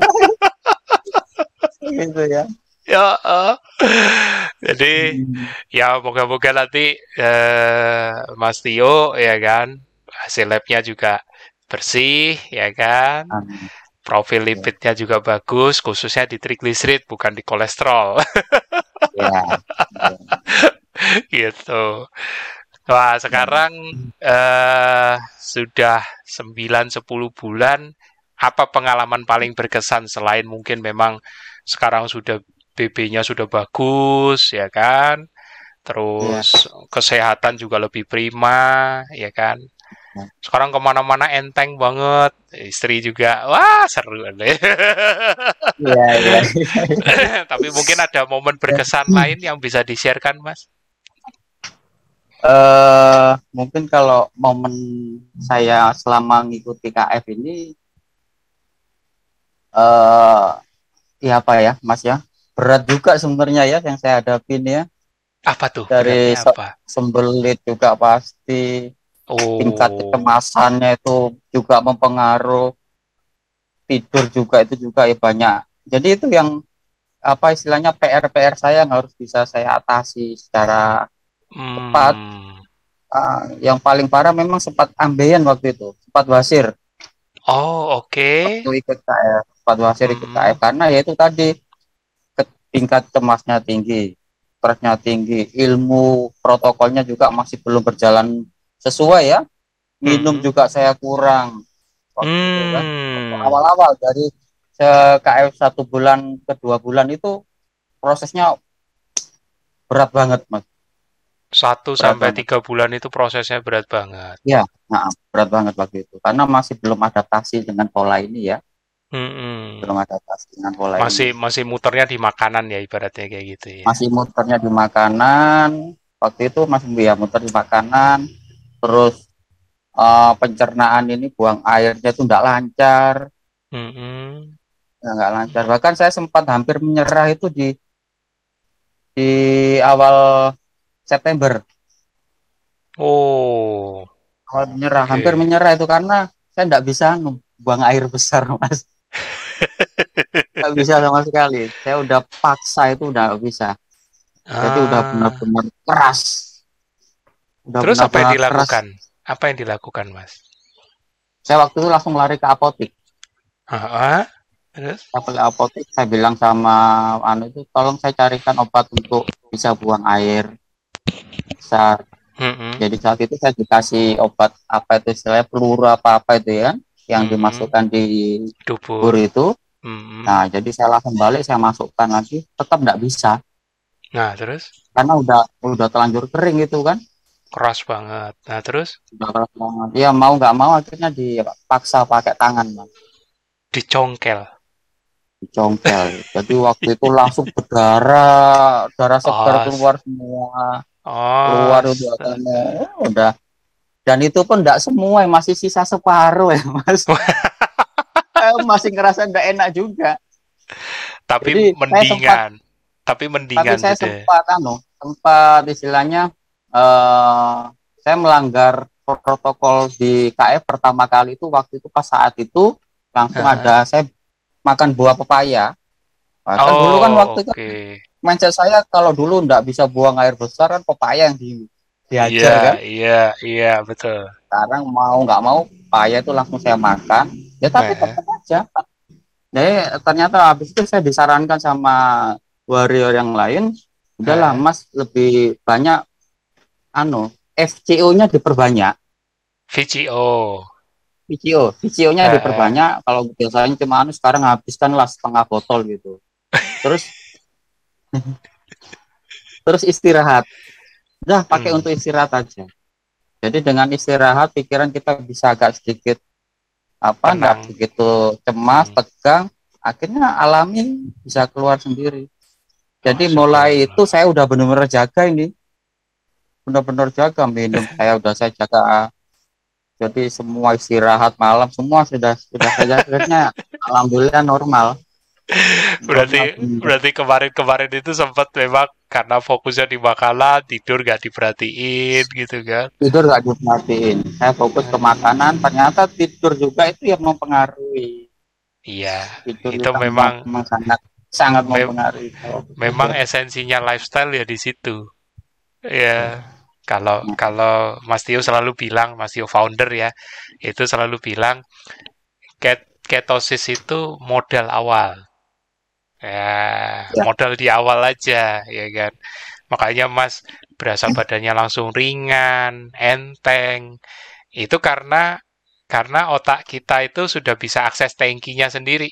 Gitu ya. Ya, eh. Jadi Hmm. ya moga-moga nanti eh, Mas Tio ya kan hasil labnya juga bersih ya kan, Amin. profil Ya, lipidnya juga bagus khususnya di trigliserid bukan di kolesterol. ya. Ya. Gitu. Wah, Ya. sekarang eh sudah sembilan sepuluh bulan, apa pengalaman paling berkesan selain mungkin memang sekarang sudah B B-nya sudah bagus ya kan? Ya. Terus kesehatan juga lebih prima ya kan? Sekarang kemana-mana enteng banget. Istri juga, wah seru deh. Iya iya. Tapi mungkin ada momen Iya. berkesan lain yang bisa di-sharekan, Mas? Eh, mungkin kalau momen saya selama mengikuti K F ini, eh ya apa ya, Mas ya, berat juga sebenarnya ya yang saya hadapin ya. Apa tuh? Dari Beratnya se- apa? sembelit juga pasti, tingkat Oh, kecemasannya itu juga mempengaruhi, tidur juga itu juga ya banyak. Jadi itu yang apa istilahnya P R P R saya yang harus bisa saya atasi secara cepat. hmm. Ah, yang paling parah memang sempat ambeien waktu itu, sempat wasir Oh, oke. waktu ikut K F, sempat wasir ikut Hmm. K F karena ya itu tadi, ke- tingkat cemasnya tinggi, stresnya tinggi, ilmu protokolnya juga masih belum berjalan sesuai ya. Minum Hmm. juga saya kurang waktu itu kan. Waktu Hmm. awal-awal dari K F satu bulan ke dua bulan itu prosesnya berat banget mas, Satu berat sampai banget. tiga bulan itu prosesnya berat banget. Ya, nah, berat banget waktu itu karena masih belum adaptasi dengan pola ini ya, Hmm. belum adaptasi dengan pola ini. Masih masih muternya di makanan ya ibaratnya kayak gitu ya. Masih muternya di makanan, waktu itu masih ya muter di makanan, terus eh, pencernaan ini buang airnya itu enggak lancar, Hmm. enggak lancar. Bahkan saya sempat hampir menyerah itu di di awal September. Oh, Awal menyerah, hampir oke. menyerah itu karena saya enggak bisa buang air besar, Mas. Enggak bisa sama sekali. Saya udah paksa itu udah nggak bisa. Jadi udah Ah, benar-benar keras. Udah terus apa yang benar-benar keras. dilakukan? Apa yang dilakukan, Mas? Saya waktu itu langsung lari ke apotik. Ah, ah, terus? Saya ke apotik, saya bilang sama anu itu, tolong saya carikan obat untuk bisa buang air besar. Hmm. Jadi saat itu saya dikasih obat apa itu istilahnya peluru apa-apa itu ya, yang Hmm. dimasukkan di bur Dubur. itu. Hmm. Nah, jadi saya langsung balik, saya masukkan lagi, tetap nggak bisa Nah, terus? karena udah udah terlanjur kering itu kan. Keras banget. Nah, terus? Udah keras banget. Ya mau nggak mau akhirnya dipaksa pakai tangan, Mas. Dicongkel. Dicongkel. Jadi waktu itu langsung berdarah, darah segar Oh, keluar semua, keluar itu katanya. astaga. Ya, udah. Dan itu pun enggak semua, masih sisa separuh ya, Mas. Saya masih ngerasa enggak enak juga. Tapi Jadi saya sempat, mendingan. Tapi tapi mendingan saya sudah. sempat anu, sempat istilahnya eh saya melanggar protokol di K F pertama kali itu waktu itu pas saat itu langsung Heeh. ada saya makan buah pepaya. Nah, kan dulu kan Oh, waktu itu oke. mindset saya kalau dulu nggak bisa buang air besar kan pepaya yang di, diajar Iya, kan. iya, iya, betul. Sekarang mau nggak mau paya itu langsung saya makan. Ya tapi Nah, tetap aja. Jadi ternyata habis itu saya disarankan sama warrior yang lain, udahlah nah, Mas lebih banyak anu F C O-nya diperbanyak. V C O. V C O, V C O-nya Heeh. diperbanyak. Kalau biasanya cuma anu sekarang habiskanlah setengah botol gitu. Terus terus istirahat. Udah pakai Hmm, untuk istirahat aja. Jadi dengan istirahat pikiran kita bisa agak sedikit apa enggak tenang. begitu cemas, Hmm. tegang, akhirnya alami bisa keluar sendiri. Oh, Jadi mulai itu syukurlah. saya udah benar-benar jaga ini, benar-benar jaga minum saya udah saya jaga. Jadi semua istirahat malam semua sudah sudah saya akhirnya alhamdulillah normal, normal Berarti bener. berarti kemarin-kemarin itu sempat memang karena fokusnya di makanan, tidur gak diperhatiin gitu kan. Tidur nggak diperhatiin, saya fokus ke Hmm, makanan, ternyata tidur juga itu yang mempengaruhi. iya, Tidur itu itu memang, memang memang sangat sangat me- mempengaruhi kalau memang tidur. esensinya lifestyle ya di situ. Ya, kalau kalau Mas Tio selalu bilang, Mas Tio founder ya, itu selalu bilang ket ketosis itu modal awal. Ya, Ya, modal di awal aja, ya kan. Makanya Mas berasa badannya langsung ringan, enteng. Itu karena karena otak kita itu sudah bisa akses tangkinya sendiri.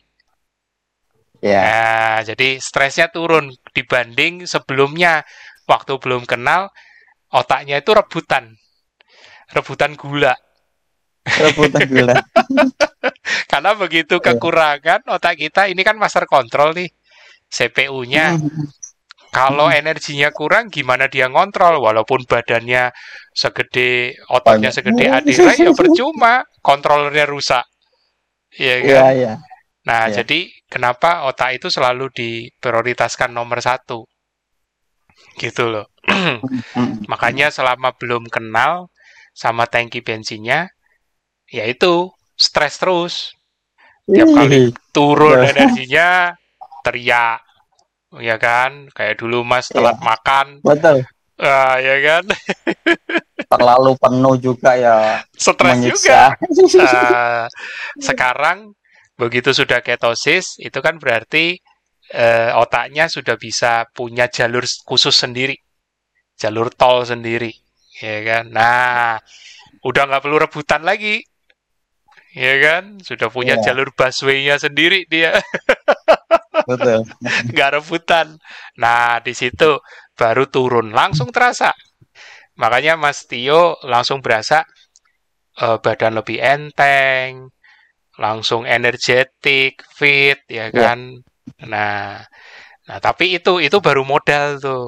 ya, Nah, jadi stresnya turun dibanding sebelumnya. Waktu belum kenal, otaknya itu rebutan, rebutan gula. rebutan gula. Karena begitu Ya. kekurangan otak kita, ini kan master control nih, C P U-nya. Mm, Kalau mm, energinya kurang, gimana dia ngontrol? Walaupun badannya segede, ototnya banyak. segede aderai, ya percuma. Kontrolernya rusak, ya Iya, kan? iya, Nah, iya. jadi kenapa otak itu selalu diprioritaskan nomor satu? Gitu loh. Mm, mm, Makanya selama belum kenal sama tangki bensinnya, ya itu stres terus. Tiap kali Ih, turun betul. energinya, teriak, ya kan? Kayak dulu Mas Iya, telat makan, betul. ah, ya kan? Terlalu penuh juga ya Stres juga. menyiksa. Eh, sekarang begitu sudah ketosis, itu kan berarti eh, otaknya sudah bisa punya jalur khusus sendiri, jalur tol sendiri, ya kan? Nah, udah nggak perlu rebutan lagi, ya kan? Sudah punya Iya, jalur busway-nya sendiri dia, betul. nggak rebutan. Nah, di situ baru turun, langsung terasa. Makanya Mas Tio langsung berasa eh, badan lebih enteng, langsung energetik, fit, ya Iya, kan? Nah, nah tapi itu itu baru modal tuh.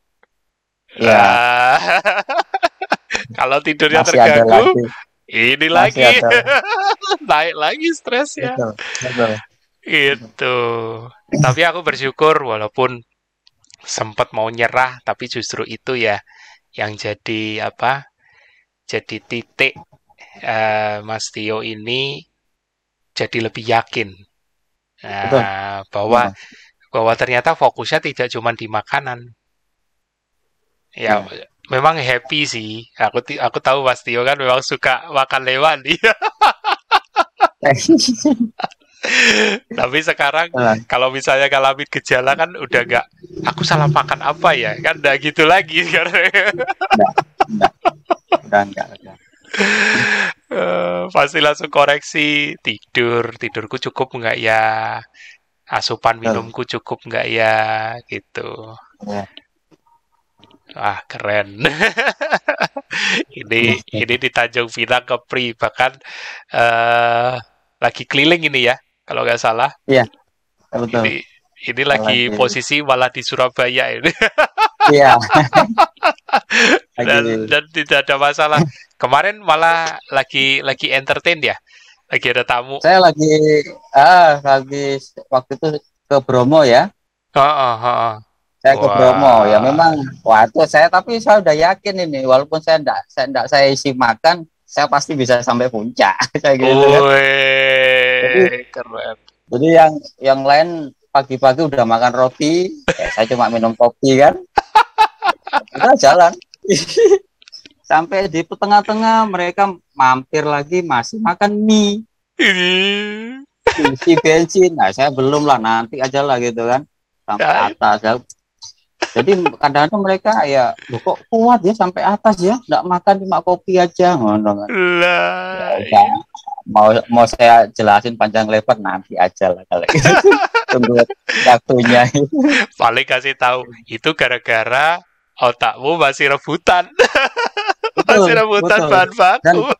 iya. Ah, kalau tidurnya Masih ada terganggu, lagi, ini masih lagi ada. naik lagi stresnya. Betul, betul. Betul. Itu. Tapi aku bersyukur walaupun sempat mau nyerah, tapi justru itu ya yang jadi apa? Jadi titik eh, Mas Tio ini jadi lebih yakin Betul. nah, bahwa Betul. bahwa ternyata fokusnya tidak cuma di makanan. Ya, Iya. memang happy sih. Aku aku tahu Mas Tio kan memang suka makan lewat. Tapi sekarang Betul. kalau misalnya ngalamin gejala kan udah gak aku salah makan apa ya kan udah gitu lagi sekarang. Enggak, enggak, udah enggak, udah. Eh, pasti langsung koreksi tidur tidurku cukup nggak ya, asupan Betul. minumku cukup nggak ya, gitu. Iya. Wah, keren. ini Iya, ini iya. di Tanjung Pinang Kepri bahkan eh lagi keliling ini ya kalau nggak salah. Iya, betul. Ini ini lagi Lagi, posisi malah di Surabaya ini. iya, dan lagi. dan tidak ada masalah. Kemarin malah lagi lagi entertain ya, lagi ada tamu. Saya lagi, ah, lagi waktu itu ke Bromo ya. Oh, oh, oh, oh. Saya ke Bromo ya Wah, memang waktu saya tapi saya udah yakin ini walaupun saya enggak saya enggak saya isi makan saya pasti bisa sampai puncak kayak gitu kan. Jadi wih, keren. jadi yang yang lain pagi-pagi udah makan roti, ya saya cuma minum kopi kan. Kita jalan. Sampai di tengah-tengah mereka mampir lagi masih makan mie, Ini. isi bensin. Nah, saya belum lah, nanti aja lah gitu kan. Sampai Ya, atas ya. Jadi kadang-kadang mereka ya, loh kok kuat ya sampai atas ya, nggak makan cuma kopi aja, ngono kan. Ya lah. udah, mau mau saya jelasin panjang lebar nanti aja lah kalau gitu. Tunggu waktunya. Paling kasih tahu itu gara-gara otakmu masih rebutan, masih Betul, rebutan betul. bahan Dan baku.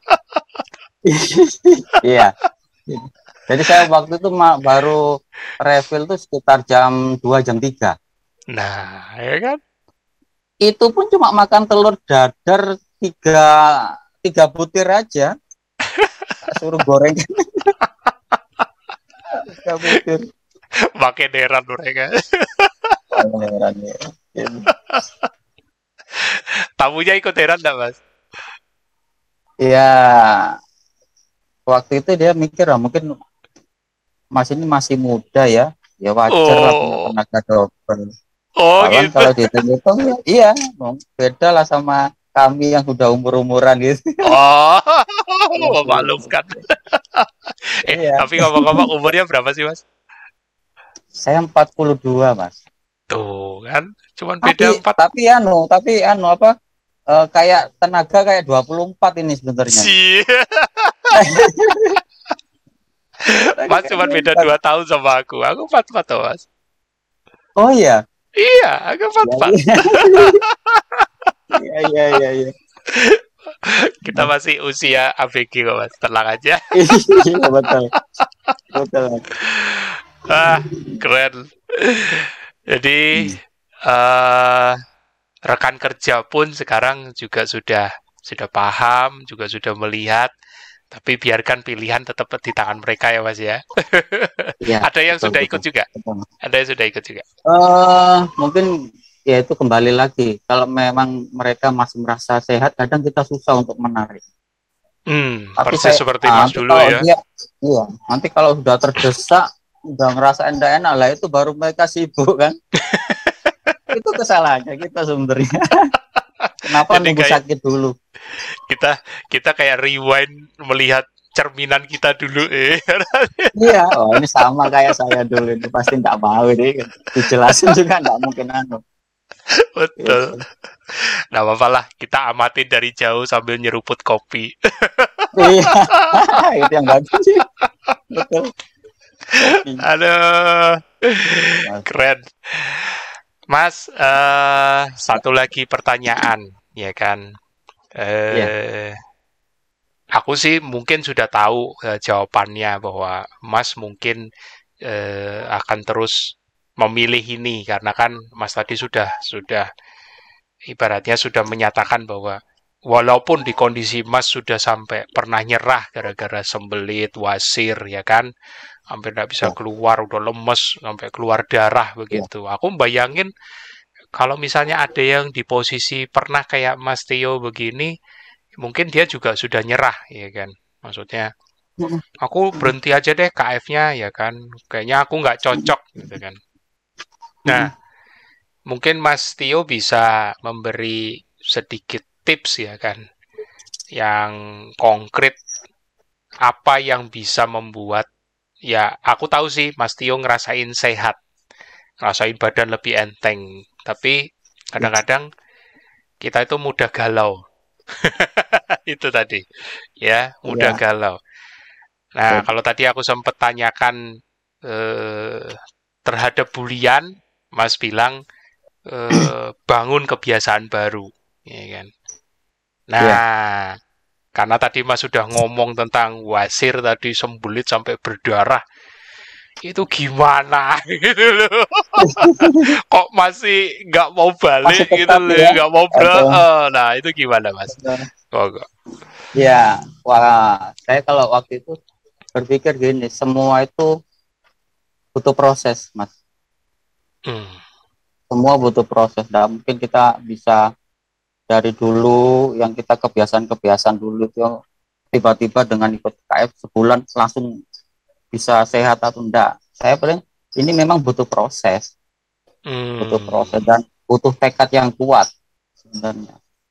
iya, jadi saya waktu itu ma- baru refill tuh sekitar jam dua jam tiga. Nah, ya kan? Itu pun cuma makan telur dadar tiga tiga butir aja. Suruh goreng tiga butir. Makin heran mereka. Pangeran ya. Tamunya ikut heran enggak, Mas? Ya, waktu itu dia mikir lah mungkin Mas ini masih muda ya. Ya wajar lah punya Oh, tenaga double. oh Kawan gitu. kalau dihitung-hitung ya, iya, dong. Beda lah sama kami yang sudah umur-umuran gitu. Oh, Waduh. memaklumkan. Eh, Iya, tapi ngomong-ngomong umurnya berapa sih, Mas? saya empat puluh dua Mas. Tuh, kan? Cuman beda Tapi empat. tapi anu, tapi anu apa eh, kayak tenaga kayak dua puluh empat ini sebenarnya. Sih. Tenaga Mas kayak cuma beda dua puluh empat. dua tahun sama aku. Aku empat empat tuh, Mas. Oh iya. Iya, aku empat Iya, empat. iya, iya, iya, iya, iya. Kita masih usia A B G kok, Mas. Tenang aja. Iya, betul, betul. Ah, keren. Jadi, Hmm. eh rekan kerja pun sekarang juga sudah sudah paham, juga sudah melihat, tapi biarkan pilihan tetap di tangan mereka ya, Mas ya. Iya, Ada yang betul, sudah ikut betul, juga. betul. Ada yang sudah ikut juga. Eh, mungkin ya itu kembali lagi. Kalau memang mereka masih merasa sehat, kadang kita susah untuk menarik. Hmm, Tapi persis saya seperti ah, Mas nanti dulu kalau ya. dia, iya, nanti kalau sudah terdesak, udah ngerasa enggak enak lah, itu baru mereka sibuk kan. Itu kesalahannya kita sebenarnya. Kenapa Jadi nunggu kayak sakit dulu? kita kita kayak rewind melihat cerminan kita dulu eh. Iya, oh ini sama kayak saya dulu ini pasti enggak mau ini. Dijelasin juga enggak mungkin anu. Betul. Gitu. Nah, apa lah, kita amatin dari jauh sambil nyeruput kopi. Iya, itu yang bagus sih. Betul. Kopi. Aduh, Mas. keren. Mas, eh satu lagi pertanyaan, ya kan? Iya, Eh, aku sih mungkin sudah tahu eh, jawabannya bahwa Mas mungkin eh, akan terus memilih ini karena kan Mas tadi sudah sudah ibaratnya sudah menyatakan bahwa walaupun di kondisi Mas sudah sampai pernah nyerah gara-gara sembelit, wasir, ya kan, hampir tidak bisa iya, keluar, udah lemes, sampai keluar darah iya. begitu. Aku bayangin kalau misalnya ada yang di posisi pernah kayak Mas Tio begini, mungkin dia juga sudah nyerah, ya kan. Maksudnya, Mm, aku mm, berhenti aja deh K F-nya, ya kan. Kayaknya aku nggak mm, cocok, gitu kan. Nah, mm. mungkin Mas Tio bisa memberi sedikit tips, ya kan, yang konkret apa yang bisa membuat ya aku tahu sih Mas Tio ngerasain sehat, ngerasain badan lebih enteng, tapi Iya, kadang-kadang kita itu mudah galau. Itu tadi ya, mudah iya, galau. Nah, betul. kalau tadi aku sempat tanyakan eh, terhadap bulian, Mas bilang eh, bangun kebiasaan baru, ya kan. Iya, Nah, karena tadi Mas sudah ngomong tentang wasir tadi sembelit sampai berdarah, itu gimana gitu loh. Kok masih nggak mau masih balik gitu tetap loh, ya. nggak mau bro. Betul, Nah, itu gimana Mas? betul. Oh, kok. Ya, wah, saya kalau waktu itu berpikir gini, semua itu butuh proses, Mas. Hmm, Semua butuh proses. Dan mungkin kita bisa dari dulu yang kita kebiasaan-kebiasaan dulu itu tiba-tiba dengan ikut K F sebulan langsung bisa sehat atau enggak. Saya paling ini memang butuh proses, butuh hmm, proses dan butuh tekad yang kuat sebenarnya.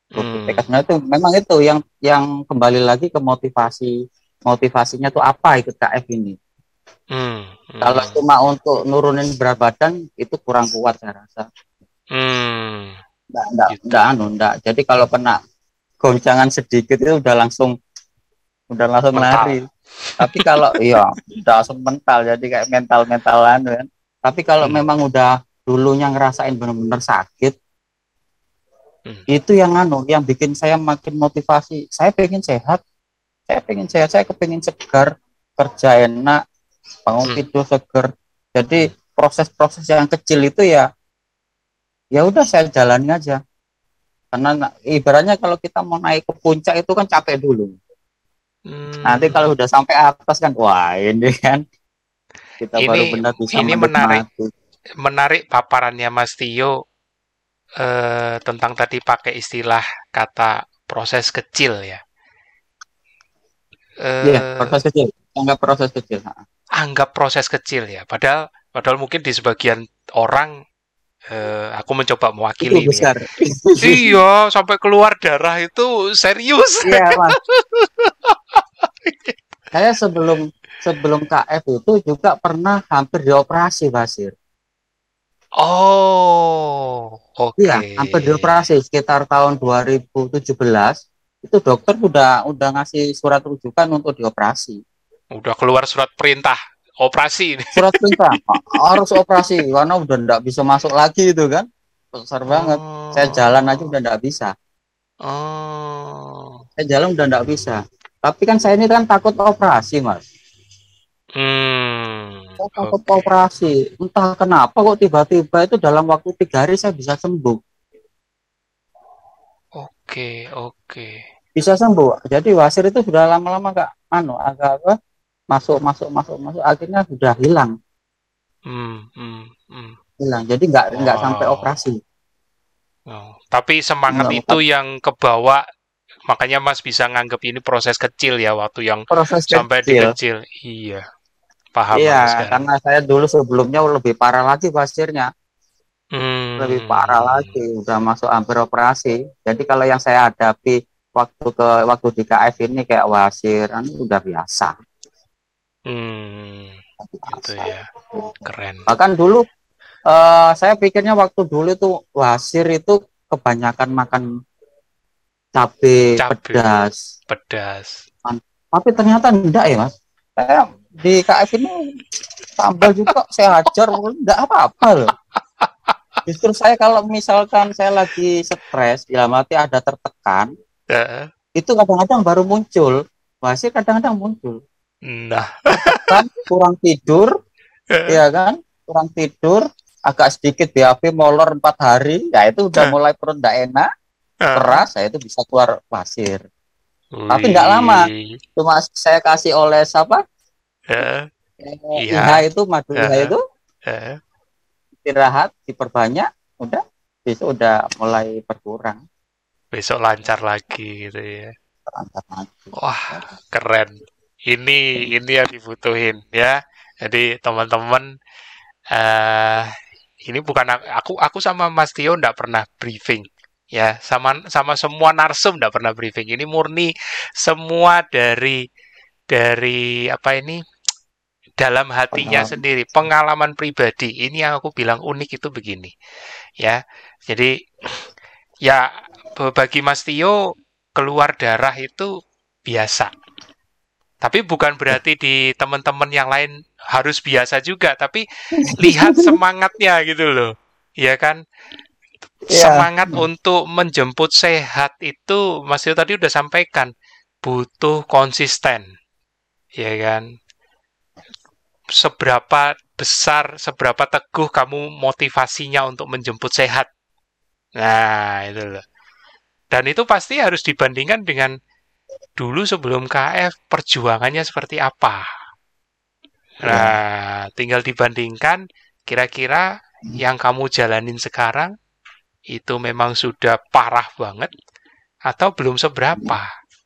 Bukti Hmm. tekad. Nah itu memang itu yang yang kembali lagi ke motivasi motivasinya tuh apa ikut K F ini. Hmm. Kalau Hmm. cuma untuk nurunin berat badan itu kurang kuat saya rasa. Hmm. Enggak, enggak, Gitu. enggak, anu, enggak. Jadi kalau kena goncangan sedikit itu udah langsung udah langsung Mental. lari. Tapi kalau iya udah langsung mental jadi kayak mental-mentalan kan. Tapi kalau Hmm. memang udah dulunya ngerasain benar-benar sakit, Hmm. itu yang anu yang bikin saya makin motivasi. Saya pengen sehat, saya pengen sehat, saya kepengen segar, kerja enak, bangun Hmm. tidur seger. Hmm. Jadi proses-proses yang kecil itu ya ya udah saya jalani aja. Karena na- ibaratnya kalau kita mau naik ke puncak itu kan capek dulu. Nanti Hmm. kalau udah sampai atas kan wah ini kan kita baru Ini benar bisa ini menarik menikmati. menarik paparannya Mas Tio eh, tentang tadi pakai istilah kata proses kecil ya. Iya, Eh, proses kecil. Anggap proses kecil. Anggap proses kecil ya. Padahal padahal mungkin di sebagian orang eh, aku mencoba Itu mewakili ini ya. besar. Iya, sampai keluar darah itu serius. Iya, Mas. Saya sebelum sebelum K F itu juga pernah hampir dioperasi, Basir. Oh, Iya, oke. hampir dioperasi sekitar tahun dua ribu tujuh belas. Itu dokter udah udah ngasih surat rujukan untuk dioperasi. Udah keluar surat perintah operasi ini. Surat perintah harus operasi karena udah nggak bisa masuk lagi itu kan. Besar banget. Saya jalan aja Oh. udah nggak bisa. Oh. Saya jalan udah nggak bisa. Tapi kan saya ini kan takut operasi, Mas. Hmm, Saya takut oke. operasi. Entah kenapa kok tiba-tiba itu dalam waktu tiga hari saya bisa sembuh. Oke, oke. Bisa sembuh. Jadi wasir itu sudah lama-lama nggak anu agak apa masuk masuk masuk masuk akhirnya sudah hilang Hmm, hmm, hmm. hilang. Jadi nggak nggak sampai Wow. operasi. Oh, tapi semangat Nggak, itu yang kebawa, makanya Mas bisa nganggep ini proses kecil ya, waktu yang proses sampai di kecil. kecil. Iya, paham Iya, aku sekarang. karena saya dulu sebelumnya lebih parah lagi pasirnya, lebih parah Hmm, lagi, udah masuk hampir operasi. Jadi kalau yang saya hadapi waktu ke waktu di K F ini kayak wasir, ini udah biasa, hmm, gitu biasa. ya, keren. Bahkan dulu eh, saya pikirnya waktu dulu itu wasir itu kebanyakan makan cabai Cabe, pedas. pedas. Tapi ternyata enggak ya mas. Saya di K F ini sambal juga saya hajar, enggak apa-apa loh. Justru saya kalau misalkan saya lagi stres, dalam arti ada tertekan, Eh, itu kadang-kadang baru muncul. Masih kadang-kadang muncul. Nah, Tertekan, kurang tidur, eh, ya kan? Kurang tidur, agak sedikit B A B molor empat hari, ya itu udah eh, mulai perut enggak enak, eh. keras, ya itu bisa keluar pasir. Tapi enggak lama, Wih, cuma saya kasih oles apa? eh, Eh, I H iya, itu, madu I H eh, itu, eh. istirahat, diperbanyak, udah, besok udah mulai berkurang. Besok lancar lagi gitu ya. Terangkat lagi. Wah, keren. Ini ini yang dibutuhin ya. Jadi teman-teman eh ini bukan aku aku aku sama Mas Tio ndak pernah briefing ya, sama sama semua narsum ndak pernah briefing. Ini murni semua dari dari apa ini dalam hatinya Pengalaman. sendiri, pengalaman pribadi. Ini yang aku bilang unik itu begini ya. Jadi ya bagi Mas Tio keluar darah itu biasa. Tapi bukan berarti di teman-teman yang lain harus biasa juga, tapi lihat semangatnya gitu loh. Ya kan? Iya, Semangat untuk menjemput sehat itu Mas Tio tadi udah sampaikan butuh konsisten, ya kan? Seberapa besar, seberapa teguh kamu motivasinya untuk menjemput sehat. Nah, itu loh. Dan itu pasti harus dibandingkan dengan dulu sebelum K F perjuangannya seperti apa. iya. Nah, tinggal dibandingkan kira-kira yang kamu jalanin sekarang itu memang sudah parah banget atau belum seberapa.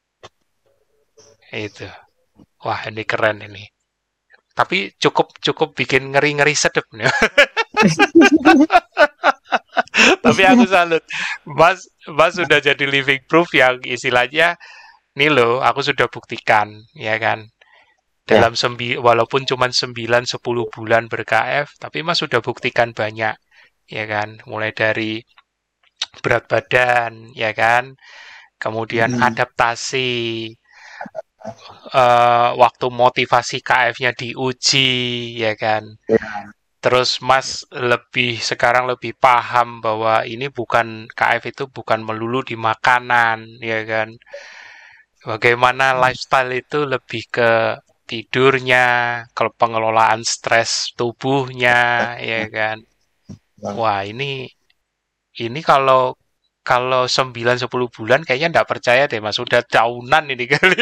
Itu. Wah, ini keren ini. Tapi cukup cukup bikin ngeri-ngeri sedep nih. Tapi aku salut, Mas, Mas sudah jadi living proof yang istilahnya, nih loh, aku sudah buktikan, ya kan? Ya. Dalam sembi, walaupun cuma sembilan sepuluh bulan ber-K F, tapi Mas sudah buktikan banyak, ya kan? Mulai dari berat badan, ya kan? Kemudian Hmm. adaptasi, eh, waktu motivasi K F-nya diuji, ya kan? Ya. Terus Mas lebih sekarang lebih paham bahwa ini bukan K F itu bukan melulu di makanan, ya kan? Bagaimana lifestyle itu lebih ke tidurnya, ke pengelolaan stres tubuhnya, ya kan? Wah, ini ini kalau kalau sembilan sepuluh bulan kayaknya nggak percaya deh Mas, sudah tahunan ini kali.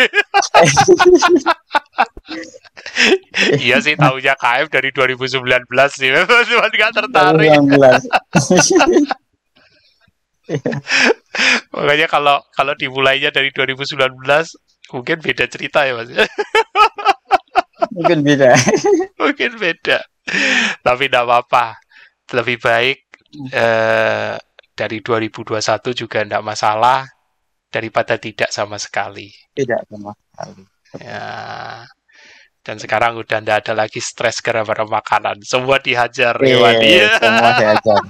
Iya sih tahunya K F dari dua ribu sembilan belas sih, cuma nggak tertarik. dua ribu sembilan belas. Makanya kalau kalau dimulainya dari dua ribu sembilan belas mungkin beda cerita ya Mas. Mungkin beda. Mungkin beda. Tapi tidak apa-apa. Lebih baik eh, dari dua ribu dua puluh satu juga tidak masalah daripada tidak sama sekali. Tidak sama sekali. Ya. Dan sekarang udah tidak ada lagi stres gara-gara makanan. Semua dihajar hewan. Iya, semua diajar.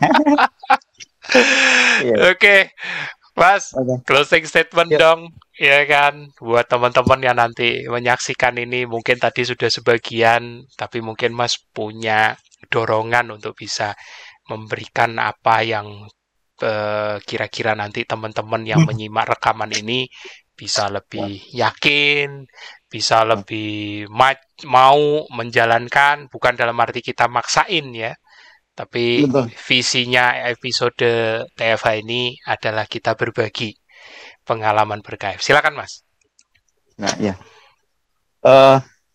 Iya. Oke, Mas, Oke. closing statement Yuk. dong, ya kan? Buat teman-teman yang nanti menyaksikan ini, mungkin tadi sudah sebagian, tapi mungkin Mas punya dorongan untuk bisa memberikan apa yang eh, kira-kira nanti teman-teman yang menyimak rekaman ini bisa lebih yakin, bisa lebih ma- mau menjalankan, bukan dalam arti kita maksain ya, tapi Betul. visinya episode T F H ini adalah kita berbagi pengalaman ber-K F. Silakan Mas. Nah, ya. Eh,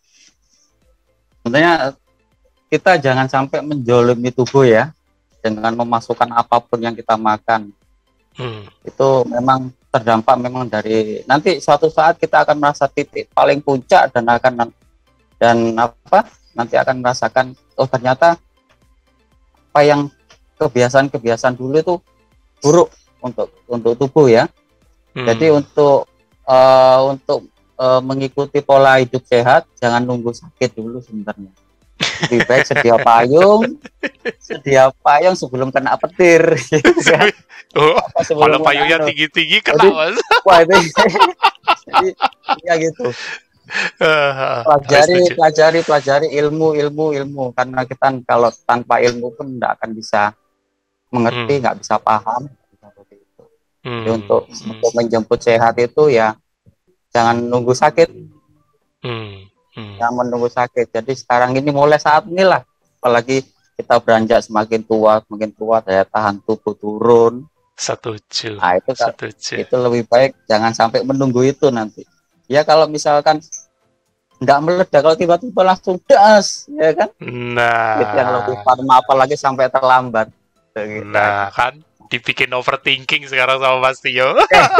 sebenarnya kita jangan sampai menjolimi tubuh ya, dengan memasukkan apapun yang kita makan. Hmm. Itu memang terdampak memang dari nanti suatu saat kita akan merasa titik paling puncak dan akan dan apa nanti akan merasakan oh ternyata apa yang kebiasaan-kebiasaan dulu itu buruk untuk untuk tubuh ya. Hmm. Jadi untuk uh, untuk uh, mengikuti pola hidup sehat jangan nunggu sakit dulu sebenarnya. Lebih baik sedia payung, sedia payung sebelum kena petir. Gitu kan? Oh, sebelum kalau payungnya anu. tinggi-tinggi kena Jadi, Mas. Wah itu, jadi ya gitu. Pelajari, pelajari, pelajari ilmu, ilmu, ilmu. Karena kita kalau tanpa ilmu pun tidak akan bisa mengerti, nggak hmm. bisa paham. Hmm. Jadi untuk hmm. untuk menjemput sehat itu ya jangan nunggu sakit. Hmm. Hmm. Jangan menunggu sakit. Jadi sekarang ini mulai saat inilah, apalagi kita beranjak semakin tua, semakin tua daya tahan tubuh turun. Setuju. Nah, itu Setuju. itu lebih baik jangan sampai menunggu itu nanti. Ya kalau misalkan nggak meledak, kalau tiba-tiba langsung das, ya kan? Nah, itu yang lebih parah, apalagi sampai terlambat. Gitu. Nah, kan dibikin overthinking sekarang sama Mas Tio.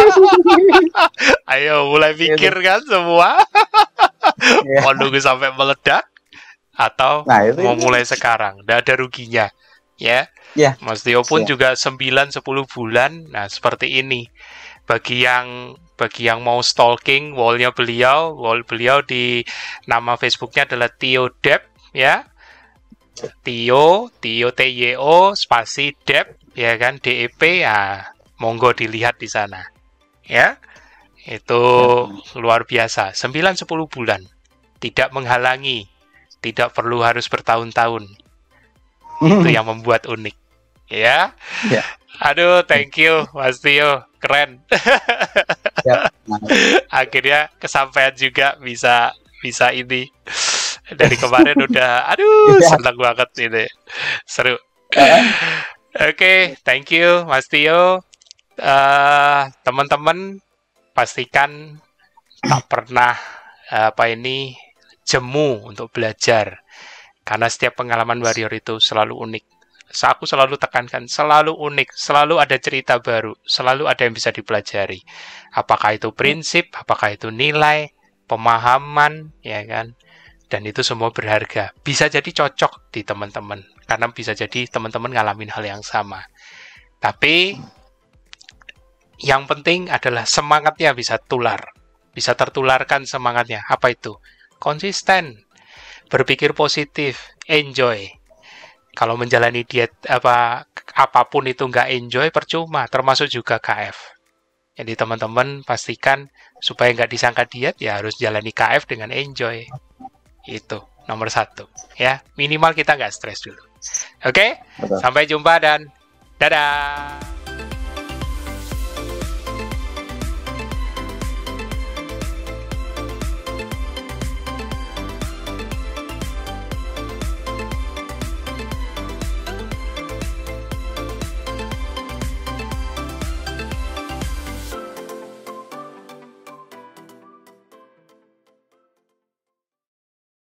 Ayo mulai pikir kan semua. Mau nunggu sampai meledak atau nah, mau mulai sekarang. Nggak ada ruginya. Ya. Yeah. Mas Tio pun yeah. juga sembilan sepuluh bulan. Nah, seperti ini. Bagi yang bagi yang mau stalking wall-nya beliau, wall beliau di nama Facebooknya adalah Tio Dep ya. Tio, Tio T Y O spasi Dep ya kan, D E P ya. Monggo dilihat di sana. Ya. Itu ya. Luar biasa. sembilan sepuluh bulan. Tidak menghalangi. Tidak perlu harus bertahun-tahun. Itu yang membuat unik. Ya. Ya. Aduh, thank you Mas Tio, keren. Ya, akhirnya kesampaian juga bisa bisa ini. Dari kemarin udah, aduh, ya. Senang banget ini, seru. Ya. Oke, okay, thank you Mas Tio. Uh, teman-teman pastikan tak pernah uh, apa ini jemu untuk belajar, karena setiap pengalaman warrior itu selalu unik. Aku selalu tekankan, selalu unik, selalu ada cerita baru, selalu ada yang bisa dipelajari. Apakah itu prinsip, apakah itu nilai, pemahaman, ya kan? Dan itu semua berharga. Bisa jadi cocok di teman-teman, karena bisa jadi teman-teman ngalamin hal yang sama. Tapi yang penting adalah semangatnya bisa tular, bisa tertularkan semangatnya. Apa itu? Konsisten, berpikir positif, enjoy. Kalau menjalani diet apa apapun itu nggak enjoy, percuma. Termasuk juga K F. Jadi teman-teman pastikan supaya nggak disangka diet, ya harus jalani K F dengan enjoy. Itu nomor satu. Ya, minimal kita nggak stres dulu. Oke, Betul. sampai jumpa dan dadah.